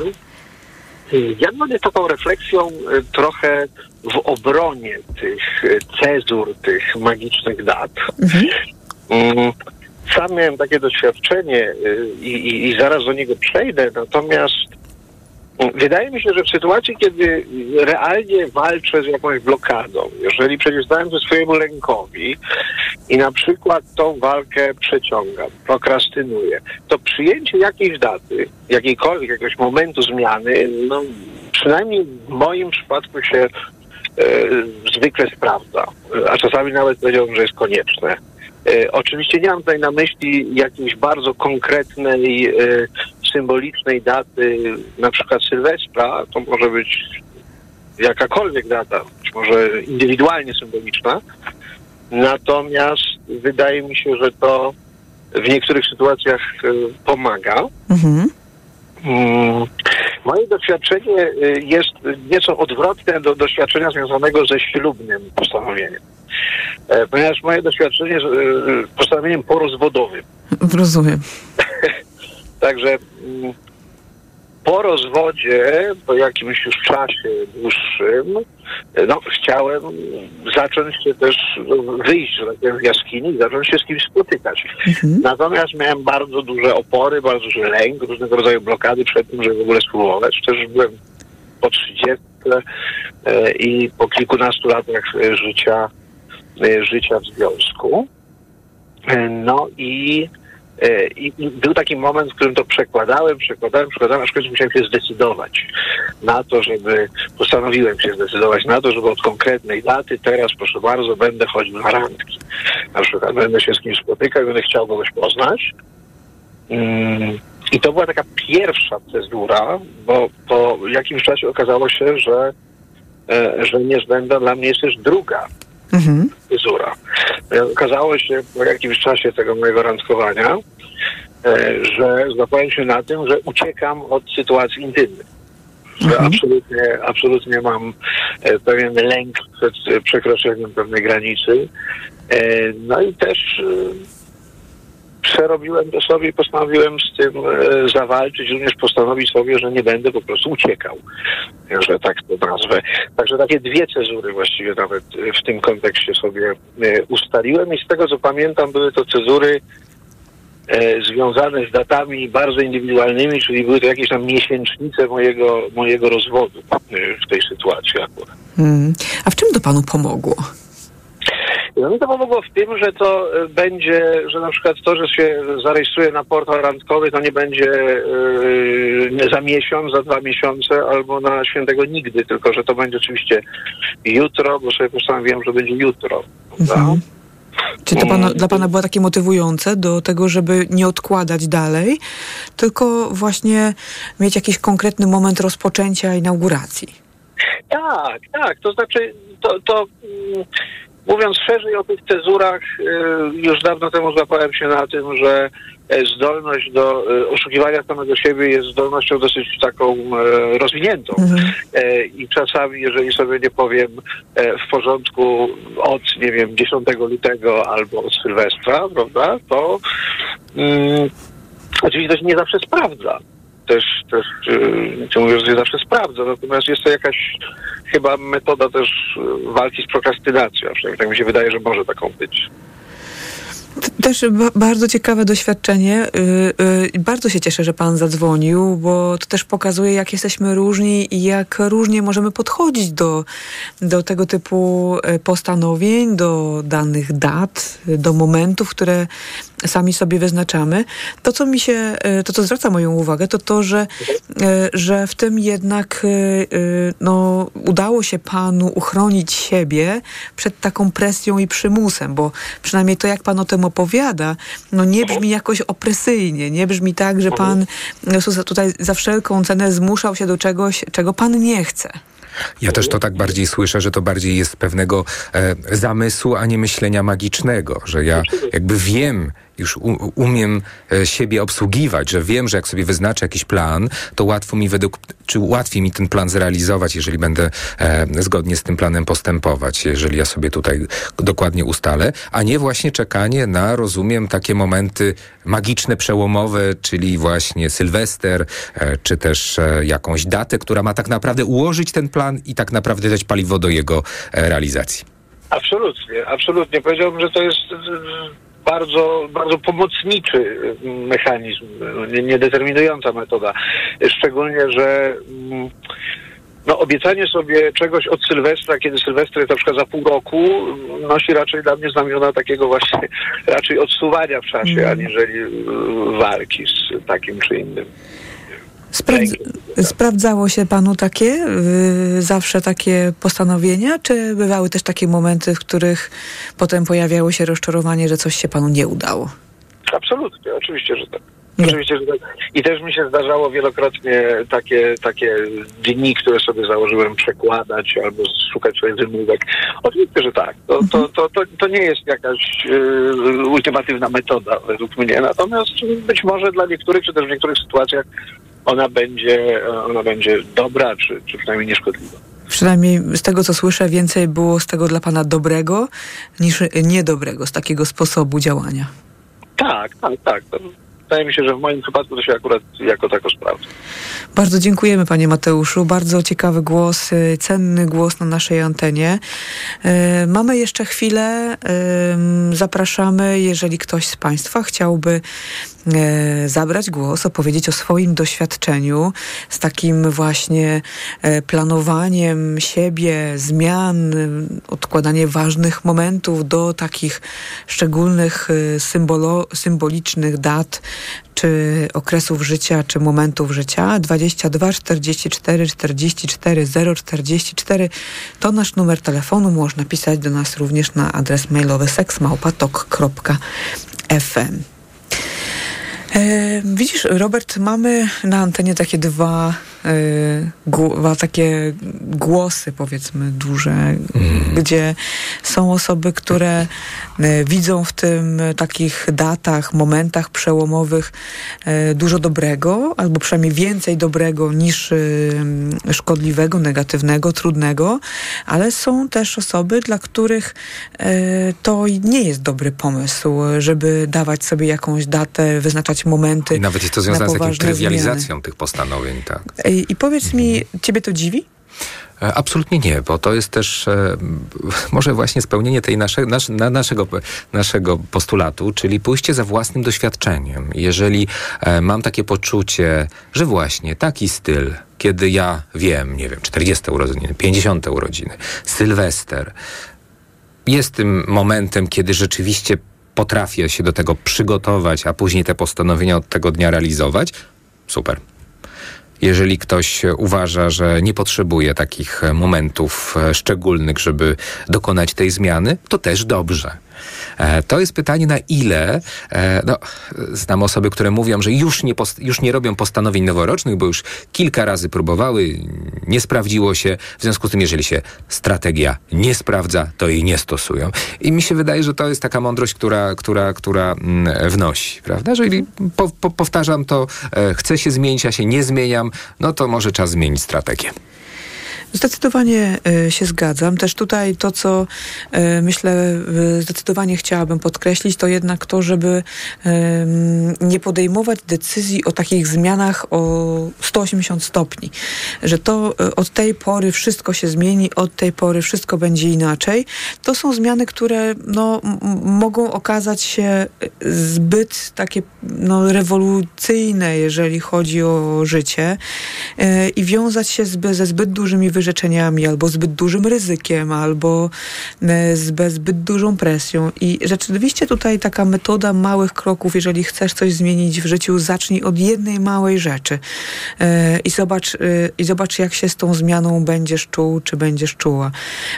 Ja będę taką refleksją trochę w obronie tych cezur, tych magicznych dat. Mhm. Sam miałem takie doświadczenie i, i, i zaraz do niego przejdę, natomiast wydaje mi się, że w sytuacji, kiedy realnie walczę z jakąś blokadą, jeżeli przeciwstawiam się swojemu lękowi i na przykład tą walkę przeciągam, prokrastynuję, to przyjęcie jakiejś daty, jakiejkolwiek, jakiegoś momentu zmiany, no przynajmniej w moim przypadku się e, zwykle sprawdza, a czasami nawet powiedziałbym, że jest konieczne. E, oczywiście nie mam tutaj na myśli jakiejś bardzo konkretnej, e, symbolicznej daty, na przykład Sylwestra, to może być jakakolwiek data, być może indywidualnie symboliczna, natomiast wydaje mi się, że to w niektórych sytuacjach e, pomaga. Mhm. Mm, moje doświadczenie jest nieco odwrotne do doświadczenia związanego ze ślubnym postanowieniem. E, ponieważ moje doświadczenie jest e, postanowieniem porozwodowym. Rozumiem. Także mm, po rozwodzie, po jakimś już czasie dłuższym, no, chciałem zacząć się też wyjść że tak powiem, z jaskini i zacząć się z kimś spotykać. Mhm. Natomiast miałem bardzo duże opory, bardzo duży lęk, różnego rodzaju blokady przed tym, żeby w ogóle spróbować. Też byłem po trzydziestce e, i po kilkunastu latach życia, e, życia w związku. E, no i I, I był taki moment, w którym to przekładałem, przekładałem, przekładałem, aż w końcu musiałem się zdecydować na to, żeby, postanowiłem się zdecydować na to, żeby od konkretnej daty teraz, proszę bardzo, będę chodził na randki. Na przykład będę się z kimś spotykał, będę chciał kogoś poznać. Mm, I to była taka pierwsza cezura, bo po jakimś czasie okazało się, że, e, że niezbędna dla mnie jest też druga Mhm. cezura. Okazało się po jakimś czasie tego mojego randkowania, e, że złapałem się na tym, że uciekam od sytuacji intymnych. Że mhm. absolutnie, absolutnie mam e, pewien lęk przed e, przekroczeniem pewnej granicy. E, no i też e, przerobiłem to sobie i postanowiłem z tym e, zawalczyć, również postanowić sobie, że nie będę po prostu uciekał, że tak to nazwę. Także takie dwie cezury właściwie nawet w tym kontekście sobie e, ustaliłem i z tego co pamiętam były to cezury e, związane z datami bardzo indywidualnymi, czyli były to jakieś tam miesięcznice mojego, mojego rozwodu e, w tej sytuacji akurat. Hmm. A w czym to panu pomogło? No mi to pomogło w tym, że to będzie, że na przykład to, że się zarejestruje na portal randkowy, to nie będzie yy, za miesiąc, za dwa miesiące albo na świętego nigdy, tylko że to będzie oczywiście jutro, bo sobie postanowiłem, że będzie jutro. Mhm. Czy to pana, dla pana było takie motywujące do tego, żeby nie odkładać dalej, tylko właśnie mieć jakiś konkretny moment rozpoczęcia inauguracji? Tak, tak. To znaczy, to, to mm, mówiąc szerzej o tych cezurach, y, już dawno temu złapałem się na tym, że zdolność do y, oszukiwania samego siebie jest zdolnością dosyć taką y, rozwiniętą. Mhm. Y, I czasami, jeżeli sobie nie powiem y, w porządku od, nie wiem, dziesiątego lutego albo od Sylwestra, prawda, to y, oczywiście to się nie zawsze sprawdza. Też, też yy, mówię, że nie zawsze sprawdza, natomiast jest to jakaś chyba metoda też walki z prokrastynacją, przynajmniej tak mi się wydaje, że może taką być. Też ba- bardzo ciekawe doświadczenie. Yy, yy, bardzo się cieszę, że pan zadzwonił, bo to też pokazuje, jak jesteśmy różni i jak różnie możemy podchodzić do, do tego typu postanowień, do danych dat, do momentów, które sami sobie wyznaczamy. To, co mi się, to, co zwraca moją uwagę, to to, że, że w tym jednak no, udało się panu uchronić siebie przed taką presją i przymusem, bo przynajmniej to, jak pan o tym opowiada, no nie brzmi jakoś opresyjnie, nie brzmi tak, że pan tutaj za wszelką cenę zmuszał się do czegoś, czego pan nie chce. Ja też to tak bardziej słyszę, że to bardziej jest pewnego e, zamysłu, a nie myślenia magicznego, że ja jakby wiem, już u, umiem e, siebie obsługiwać, że wiem, że jak sobie wyznaczę jakiś plan, to łatwo mi według, czy łatwiej mi ten plan zrealizować, jeżeli będę e, zgodnie z tym planem postępować, jeżeli ja sobie tutaj dokładnie ustalę, a nie właśnie czekanie na, rozumiem, takie momenty magiczne, przełomowe, czyli właśnie Sylwester, e, czy też e, jakąś datę, która ma tak naprawdę ułożyć ten plan i tak naprawdę dać paliwo do jego e, realizacji. Absolutnie, absolutnie. Powiedziałbym, że to jest bardzo, bardzo pomocniczy mechanizm, niedeterminująca metoda. Szczególnie, że no, obiecanie sobie czegoś od Sylwestra, kiedy Sylwester jest na przykład za pół roku, nosi raczej dla mnie znamiona takiego właśnie raczej odsuwania w czasie, mm. aniżeli walki z takim czy innym. Sprawdz- sprawdzało się panu takie, yy, zawsze takie postanowienia, czy bywały też takie momenty, w których potem pojawiało się rozczarowanie, że coś się panu nie udało? Absolutnie, oczywiście, że tak. Nie. Oczywiście, że tak. I też mi się zdarzało wielokrotnie takie, takie dni, które sobie założyłem, przekładać albo szukać sobie wymówek. Oczywiście, że tak. To, to, to, to, to nie jest jakaś yy, ultimatywna metoda według mnie. Natomiast być może dla niektórych, czy też w niektórych sytuacjach ona będzie, ona będzie dobra, czy, czy przynajmniej nieszkodliwa. Przynajmniej z tego, co słyszę, więcej było z tego dla pana dobrego niż niedobrego, z takiego sposobu działania. Tak, tak, tak. To wydaje mi się, że w moim przypadku to się akurat jako tako sprawdza. Bardzo dziękujemy, panie Mateuszu. Bardzo ciekawy głos, cenny głos na naszej antenie. Yy, mamy jeszcze chwilę. Yy, zapraszamy, jeżeli ktoś z państwa chciałby yy, zabrać głos, opowiedzieć o swoim doświadczeniu z takim właśnie yy, planowaniem siebie, zmian, yy, odkładanie ważnych momentów do takich szczególnych, yy, symbolo, symbolicznych dat, czy okresów życia, czy momentów życia. dwadzieścia dwa czterdzieści cztery czterdzieści cztery zero czterdzieści cztery to nasz numer telefonu. Można pisać do nas również na adres mailowy seks małpa tok kropka f m. E, widzisz, Robert, mamy na antenie takie dwa, e, dwa takie głosy, powiedzmy, duże, mm. gdzie są osoby, które e, widzą w tym takich datach, momentach przełomowych e, dużo dobrego, albo przynajmniej więcej dobrego niż e, szkodliwego, negatywnego, trudnego, ale są też osoby, dla których e, to nie jest dobry pomysł, żeby dawać sobie jakąś datę, wyznaczać momenty. I nawet jest to związane z jakąś trywializacją zmiany tych postanowień, tak. I, i powiedz mi, ciebie to dziwi? Absolutnie nie, bo to jest też e, może właśnie spełnienie tej nasze, nasz, na, naszego, naszego postulatu, czyli pójście za własnym doświadczeniem. Jeżeli e, mam takie poczucie, że właśnie taki styl, kiedy ja wiem, nie wiem, czterdzieste urodziny, pięćdziesiąte urodziny, Sylwester, jest tym momentem, kiedy rzeczywiście potrafię się do tego przygotować, a później te postanowienia od tego dnia realizować, super. Jeżeli ktoś uważa, że nie potrzebuje takich momentów szczególnych, żeby dokonać tej zmiany, to też dobrze. To jest pytanie, na ile, no, znam osoby, które mówią, że już nie, post- już nie robią postanowień noworocznych, bo już kilka razy próbowały, nie sprawdziło się. W związku z tym, jeżeli się strategia nie sprawdza, to jej nie stosują. I mi się wydaje, że to jest taka mądrość, która, która, która wnosi, prawda? Jeżeli po, po, powtarzam to, e, chcę się zmienić, a się nie zmieniam, no to może czas zmienić strategię. Zdecydowanie y, się zgadzam. Też tutaj to, co y, myślę y, zdecydowanie chciałabym podkreślić, to jednak to, żeby y, nie podejmować decyzji o takich zmianach o sto osiemdziesiąt stopni. Że to y, od tej pory wszystko się zmieni, od tej pory wszystko będzie inaczej. To są zmiany, które no, m- mogą okazać się zbyt takie no, rewolucyjne, jeżeli chodzi o życie y, i wiązać się zby, ze zbyt dużymi wyrzeczeniami, albo zbyt dużym ryzykiem, albo z zbyt dużą presją. I rzeczywiście tutaj taka metoda małych kroków, jeżeli chcesz coś zmienić w życiu, zacznij od jednej małej rzeczy i zobacz, i zobacz, jak się z tą zmianą będziesz czuł, czy będziesz czuła.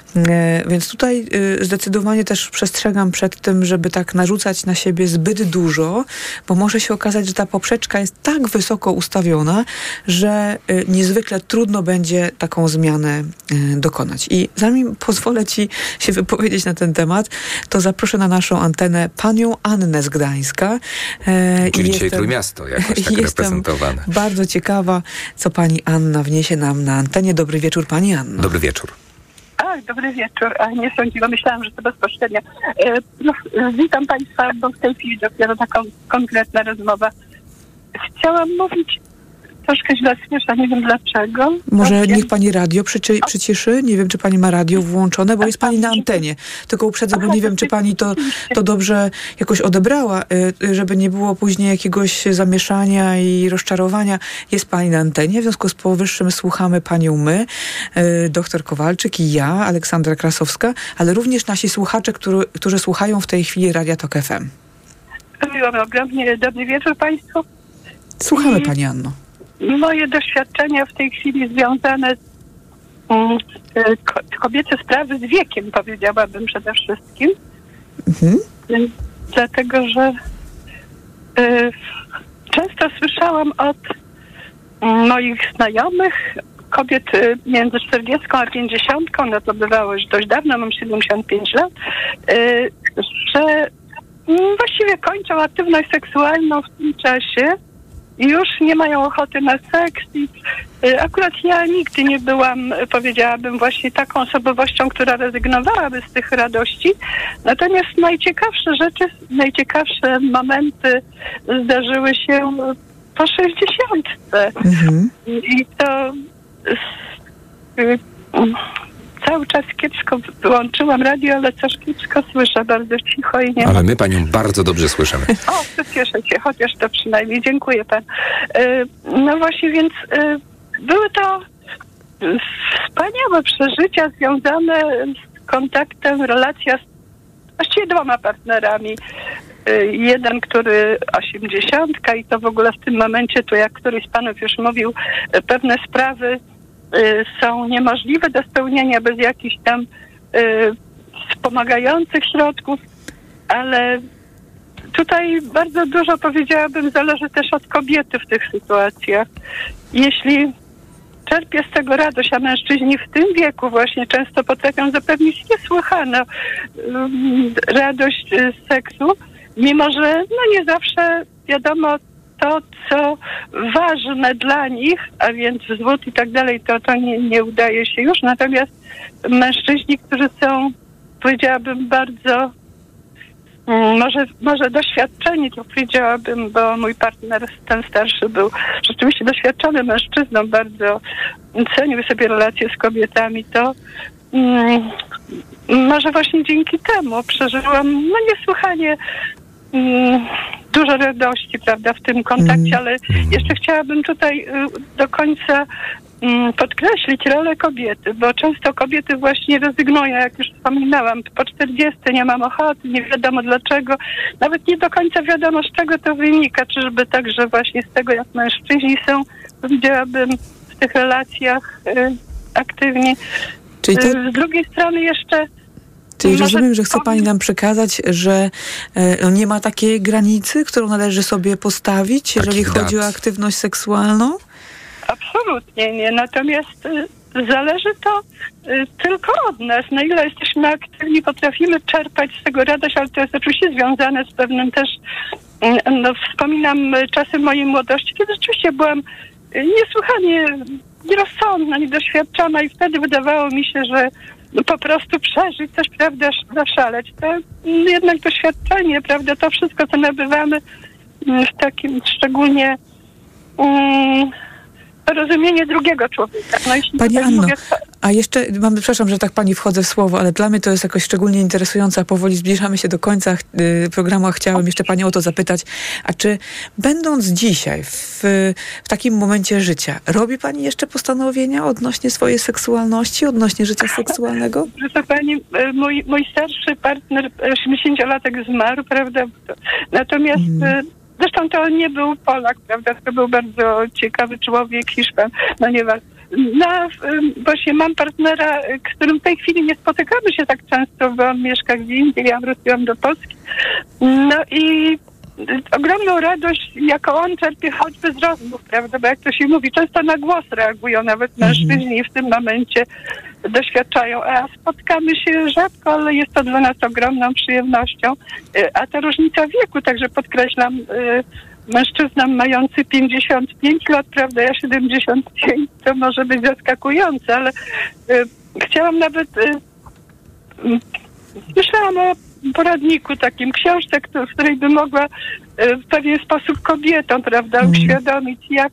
Więc tutaj zdecydowanie też przestrzegam przed tym, żeby tak narzucać na siebie zbyt dużo, bo może się okazać, że ta poprzeczka jest tak wysoko ustawiona, że niezwykle trudno będzie taką zmianę dokonać. I zanim pozwolę Ci się wypowiedzieć na ten temat, to zaproszę na naszą antenę panią Annę z Gdańska. Czyli dzisiaj Trójmiasto jakoś tak reprezentowane. Bardzo ciekawa, co pani Anna wniesie nam na antenie. Dobry wieczór, pani Anna. Dobry wieczór. Ach, dobry wieczór. A nie sądziłam, myślałam, że to bezpośrednio. E, no, witam Państwa, bo w tej chwili dopiero taka konkretna rozmowa. Chciałam mówić troszkę źle słyszę, nie wiem dlaczego. Może niech pani radio przyci- przyciszy? Nie wiem, czy pani ma radio włączone, bo jest pani na antenie. Tylko uprzedzę, bo nie wiem, czy pani to, to dobrze jakoś odebrała, żeby nie było później jakiegoś zamieszania i rozczarowania. Jest pani na antenie, w związku z powyższym słuchamy panią my, doktor Kowalczyk i ja, Aleksandra Krasowska, ale również nasi słuchacze, który, którzy słuchają w tej chwili Radia Tok F M. Miłam ogromnie. Dobry wieczór Państwu. Słuchamy pani Anno. Moje doświadczenia w tej chwili związane z um, ko- kobiece sprawy z wiekiem, powiedziałabym przede wszystkim. Mhm. Y, dlatego, że y, często słyszałam od y, moich znajomych, kobiet y, między czterdziestką a pięćdziesiątką, no to bywało już dość dawno, mam siedemdziesiąt pięć lat, y, że y, właściwie kończą aktywność seksualną w tym czasie, już nie mają ochoty na seks i y, akurat ja nigdy nie byłam, powiedziałabym, właśnie taką osobowością, która rezygnowałaby z tych radości. Natomiast najciekawsze rzeczy, najciekawsze momenty zdarzyły się po sześćdziesiątce. Mhm. I to y, y, cały czas kiepsko wyłączyłam radio, ale coś kiepsko słyszę, bardzo cicho i nie Ale my panią bardzo dobrze słyszymy. O, to cieszę się, chociaż to przynajmniej. Dziękuję pan. No właśnie, więc były to wspaniałe przeżycia związane z kontaktem, relacja z właściwie dwoma partnerami. Jeden, który osiemdziesiątka i to w ogóle w tym momencie, tu jak któryś z panów już mówił, pewne sprawy są niemożliwe do spełnienia bez jakichś tam y, wspomagających środków, ale tutaj bardzo dużo, powiedziałabym, zależy też od kobiety w tych sytuacjach. Jeśli czerpie z tego radość, a mężczyźni w tym wieku właśnie często potrafią zapewnić niesłychaną y, radość z seksu, mimo że no nie zawsze wiadomo to, co ważne dla nich, a więc wzwód i tak dalej, to, to nie, nie udaje się już. Natomiast mężczyźni, którzy są, powiedziałabym, bardzo może, może doświadczeni, to powiedziałabym, bo mój partner, ten starszy, był rzeczywiście doświadczony mężczyzną, bardzo cenił sobie relacje z kobietami, to mm, może właśnie dzięki temu przeżyłam no niesłychanie mm, dużo radości, prawda, w tym kontakcie, ale jeszcze chciałabym tutaj do końca podkreślić rolę kobiety, bo często kobiety właśnie rezygnują, jak już wspominałam, po czterdziestce nie mam ochoty, nie wiadomo dlaczego, nawet nie do końca wiadomo, z czego to wynika, czyżby także właśnie z tego, jak mężczyźni są, powiedziałabym, w tych relacjach y, aktywni. Czyli to... y, z drugiej strony jeszcze Czyli rozumiem, że chce pani nam przekazać, że e, nie ma takiej granicy, którą należy sobie postawić, jeżeli Takich chodzi dat. o aktywność seksualną? Absolutnie nie. Natomiast y, zależy to y, tylko od nas. Na ile jesteśmy aktywni, potrafimy czerpać z tego radość, ale to jest oczywiście związane z pewnym też, y, no wspominam y, czasy mojej młodości, kiedy rzeczywiście byłam y, niesłychanie nierozsądna, niedoświadczona i wtedy wydawało mi się, że no, po prostu przeżyć coś, prawda, zaszaleć. To y, jednak doświadczenie, prawda, to wszystko, co nabywamy y, w takim szczególnie y, rozumienie drugiego człowieka. No, jeśli Pani Anno, mówię, to... a jeszcze, mam, przepraszam, że tak pani wchodzę w słowo, ale dla mnie to jest jakoś szczególnie interesujące, a powoli zbliżamy się do końca y, programu, a chciałam jeszcze panią o to zapytać, a czy będąc dzisiaj w, w takim momencie życia, robi pani jeszcze postanowienia odnośnie swojej seksualności, odnośnie życia seksualnego? Proszę pani, mój, mój starszy partner, osiemdziesięciolatek zmarł, prawda? Natomiast mm. Zresztą to nie był Polak, prawda? To był bardzo ciekawy człowiek, Hiszpan, no nieważne. No, właśnie mam partnera, z którym w tej chwili nie spotykamy się tak często, bo on mieszka gdzie indziej, ja wróciłam do Polski. No i ogromną radość, jako on czerpie choćby z rozmów, prawda? Bo jak to się mówi, często na głos reagują nawet mężczyźni i w tym momencie doświadczają, a spotkamy się rzadko, ale jest to dla nas ogromną przyjemnością. A ta różnica wieku, także podkreślam, mężczyzna mający pięćdziesiąt pięć lat, prawda, ja siedemdziesiąt pięć, to może być zaskakujące, ale chciałam nawet, myślałam o poradniku, takim książce, w której by mogła w pewien sposób kobietom, prawda, uświadomić, jak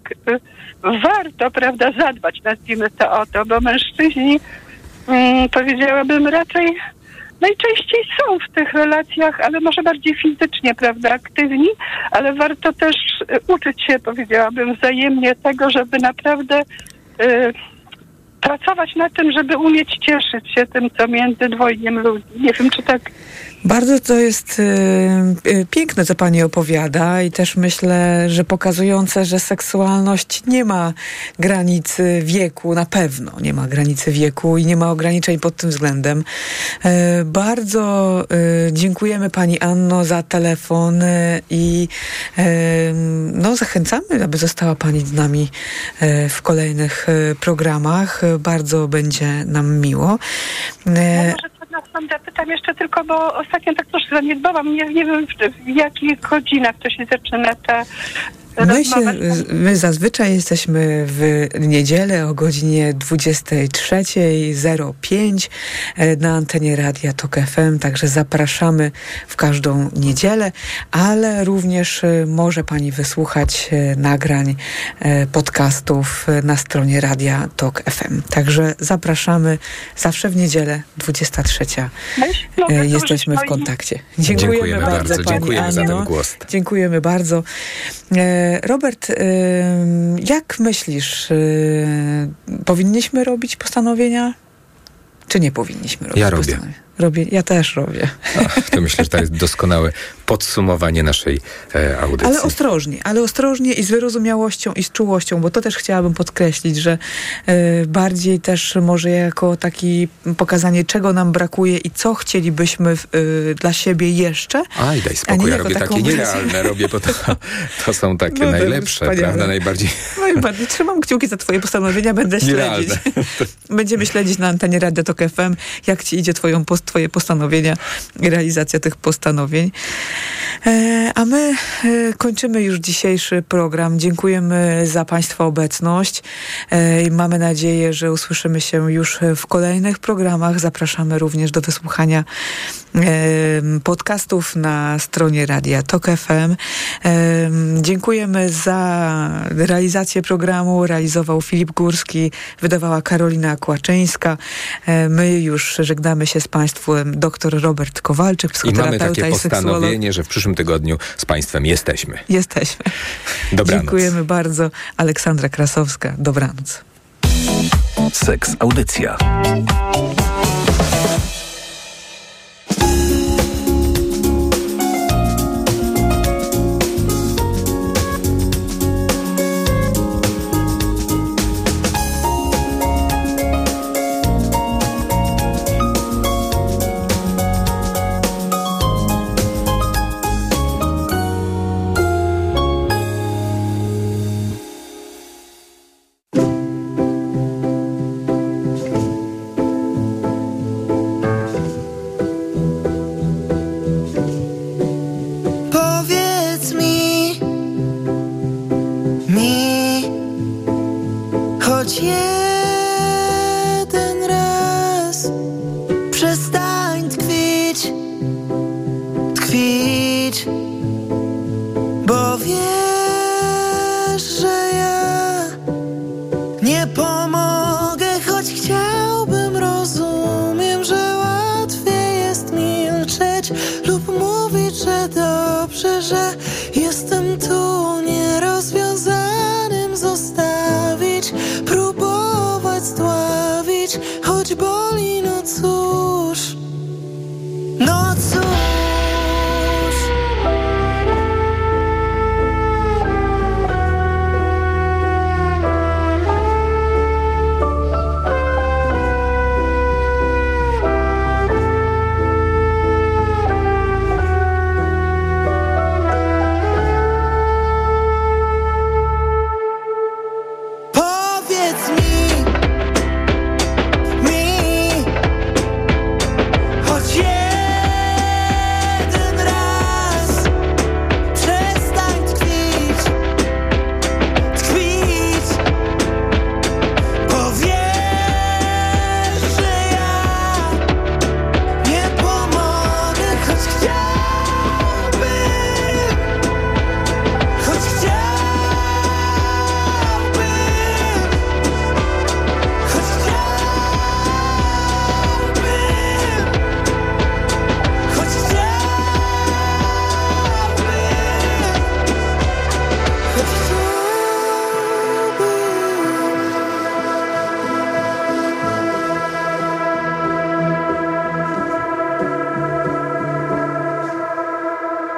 warto, prawda, zadbać, nazwijmy to o to, bo mężczyźni, um, powiedziałabym, raczej najczęściej są w tych relacjach, ale może bardziej fizycznie, prawda, aktywni, ale warto też uczyć się, powiedziałabym, wzajemnie tego, żeby naprawdę y, pracować na tym, żeby umieć cieszyć się tym, co między dwojgiem ludzi. Nie wiem, czy tak... Bardzo to jest y, y, piękne, co pani opowiada i też myślę, że pokazujące, że seksualność nie ma granicy wieku, na pewno nie ma granicy wieku i nie ma ograniczeń pod tym względem. Y, bardzo y, dziękujemy pani Anno za telefon y, i y, no, zachęcamy, aby została pani z nami y, w kolejnych y, programach. Y, bardzo będzie nam miło. Y, Zapytam jeszcze tylko, bo ostatnio tak troszkę zaniedbałam. Nie, nie wiem, w, w jakich godzinach to się zaczyna ta My, się, my zazwyczaj jesteśmy w niedzielę o godzinie dwudziestej trzeciej zero pięć na antenie Radia Tok F M, także zapraszamy w każdą niedzielę, ale również może pani wysłuchać nagrań podcastów na stronie Radia Tok F M. Także zapraszamy zawsze w niedzielę dwudziesta trzecia. Jesteśmy w kontakcie. Dziękujemy, Dziękujemy bardzo, bardzo. Pani Dziękujemy Anno. za ten głos. Dziękujemy bardzo. Robert, jak myślisz, powinniśmy robić postanowienia, czy nie powinniśmy robić ja robię. postanowienia? Robię, ja też robię. Ach, to myślę, że to jest doskonałe podsumowanie naszej e, audycji. Ale ostrożnie, ale ostrożnie i z wyrozumiałością i z czułością, bo to też chciałabym podkreślić, że e, bardziej też może jako taki pokazanie, czego nam brakuje i co chcielibyśmy w, e, dla siebie jeszcze. Aj, daj spokój, ja robię takie nierealne, robię, bo to, to są takie no, najlepsze, prawda, najbardziej... Najbardziej. Trzymam kciuki za twoje postanowienia, będę śledzić. Będziemy śledzić na antenie Radia Tok F M, jak ci idzie twoją post twoje postanowienia i realizacja tych postanowień. E, a my e, kończymy już dzisiejszy program. Dziękujemy za państwa obecność e, i mamy nadzieję, że usłyszymy się już w kolejnych programach. Zapraszamy również do wysłuchania e, podcastów na stronie Radia Tok F M. E, dziękujemy za realizację programu. Realizował Filip Górski, wydawała Karolina Kłaczyńska. E, my już żegnamy się z państwem dr Robert Kowalczyk, psychoterapeuta i seksuolog. I mamy takie postanowienie, że w przyszłym tygodniu z państwem jesteśmy. Jesteśmy. Dobranoc. Dziękujemy bardzo. Aleksandra Krasowska. Dobranoc. Seks Audycja.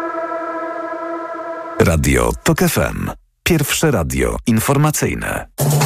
Radio Tok F M. Pierwsze radio informacyjne.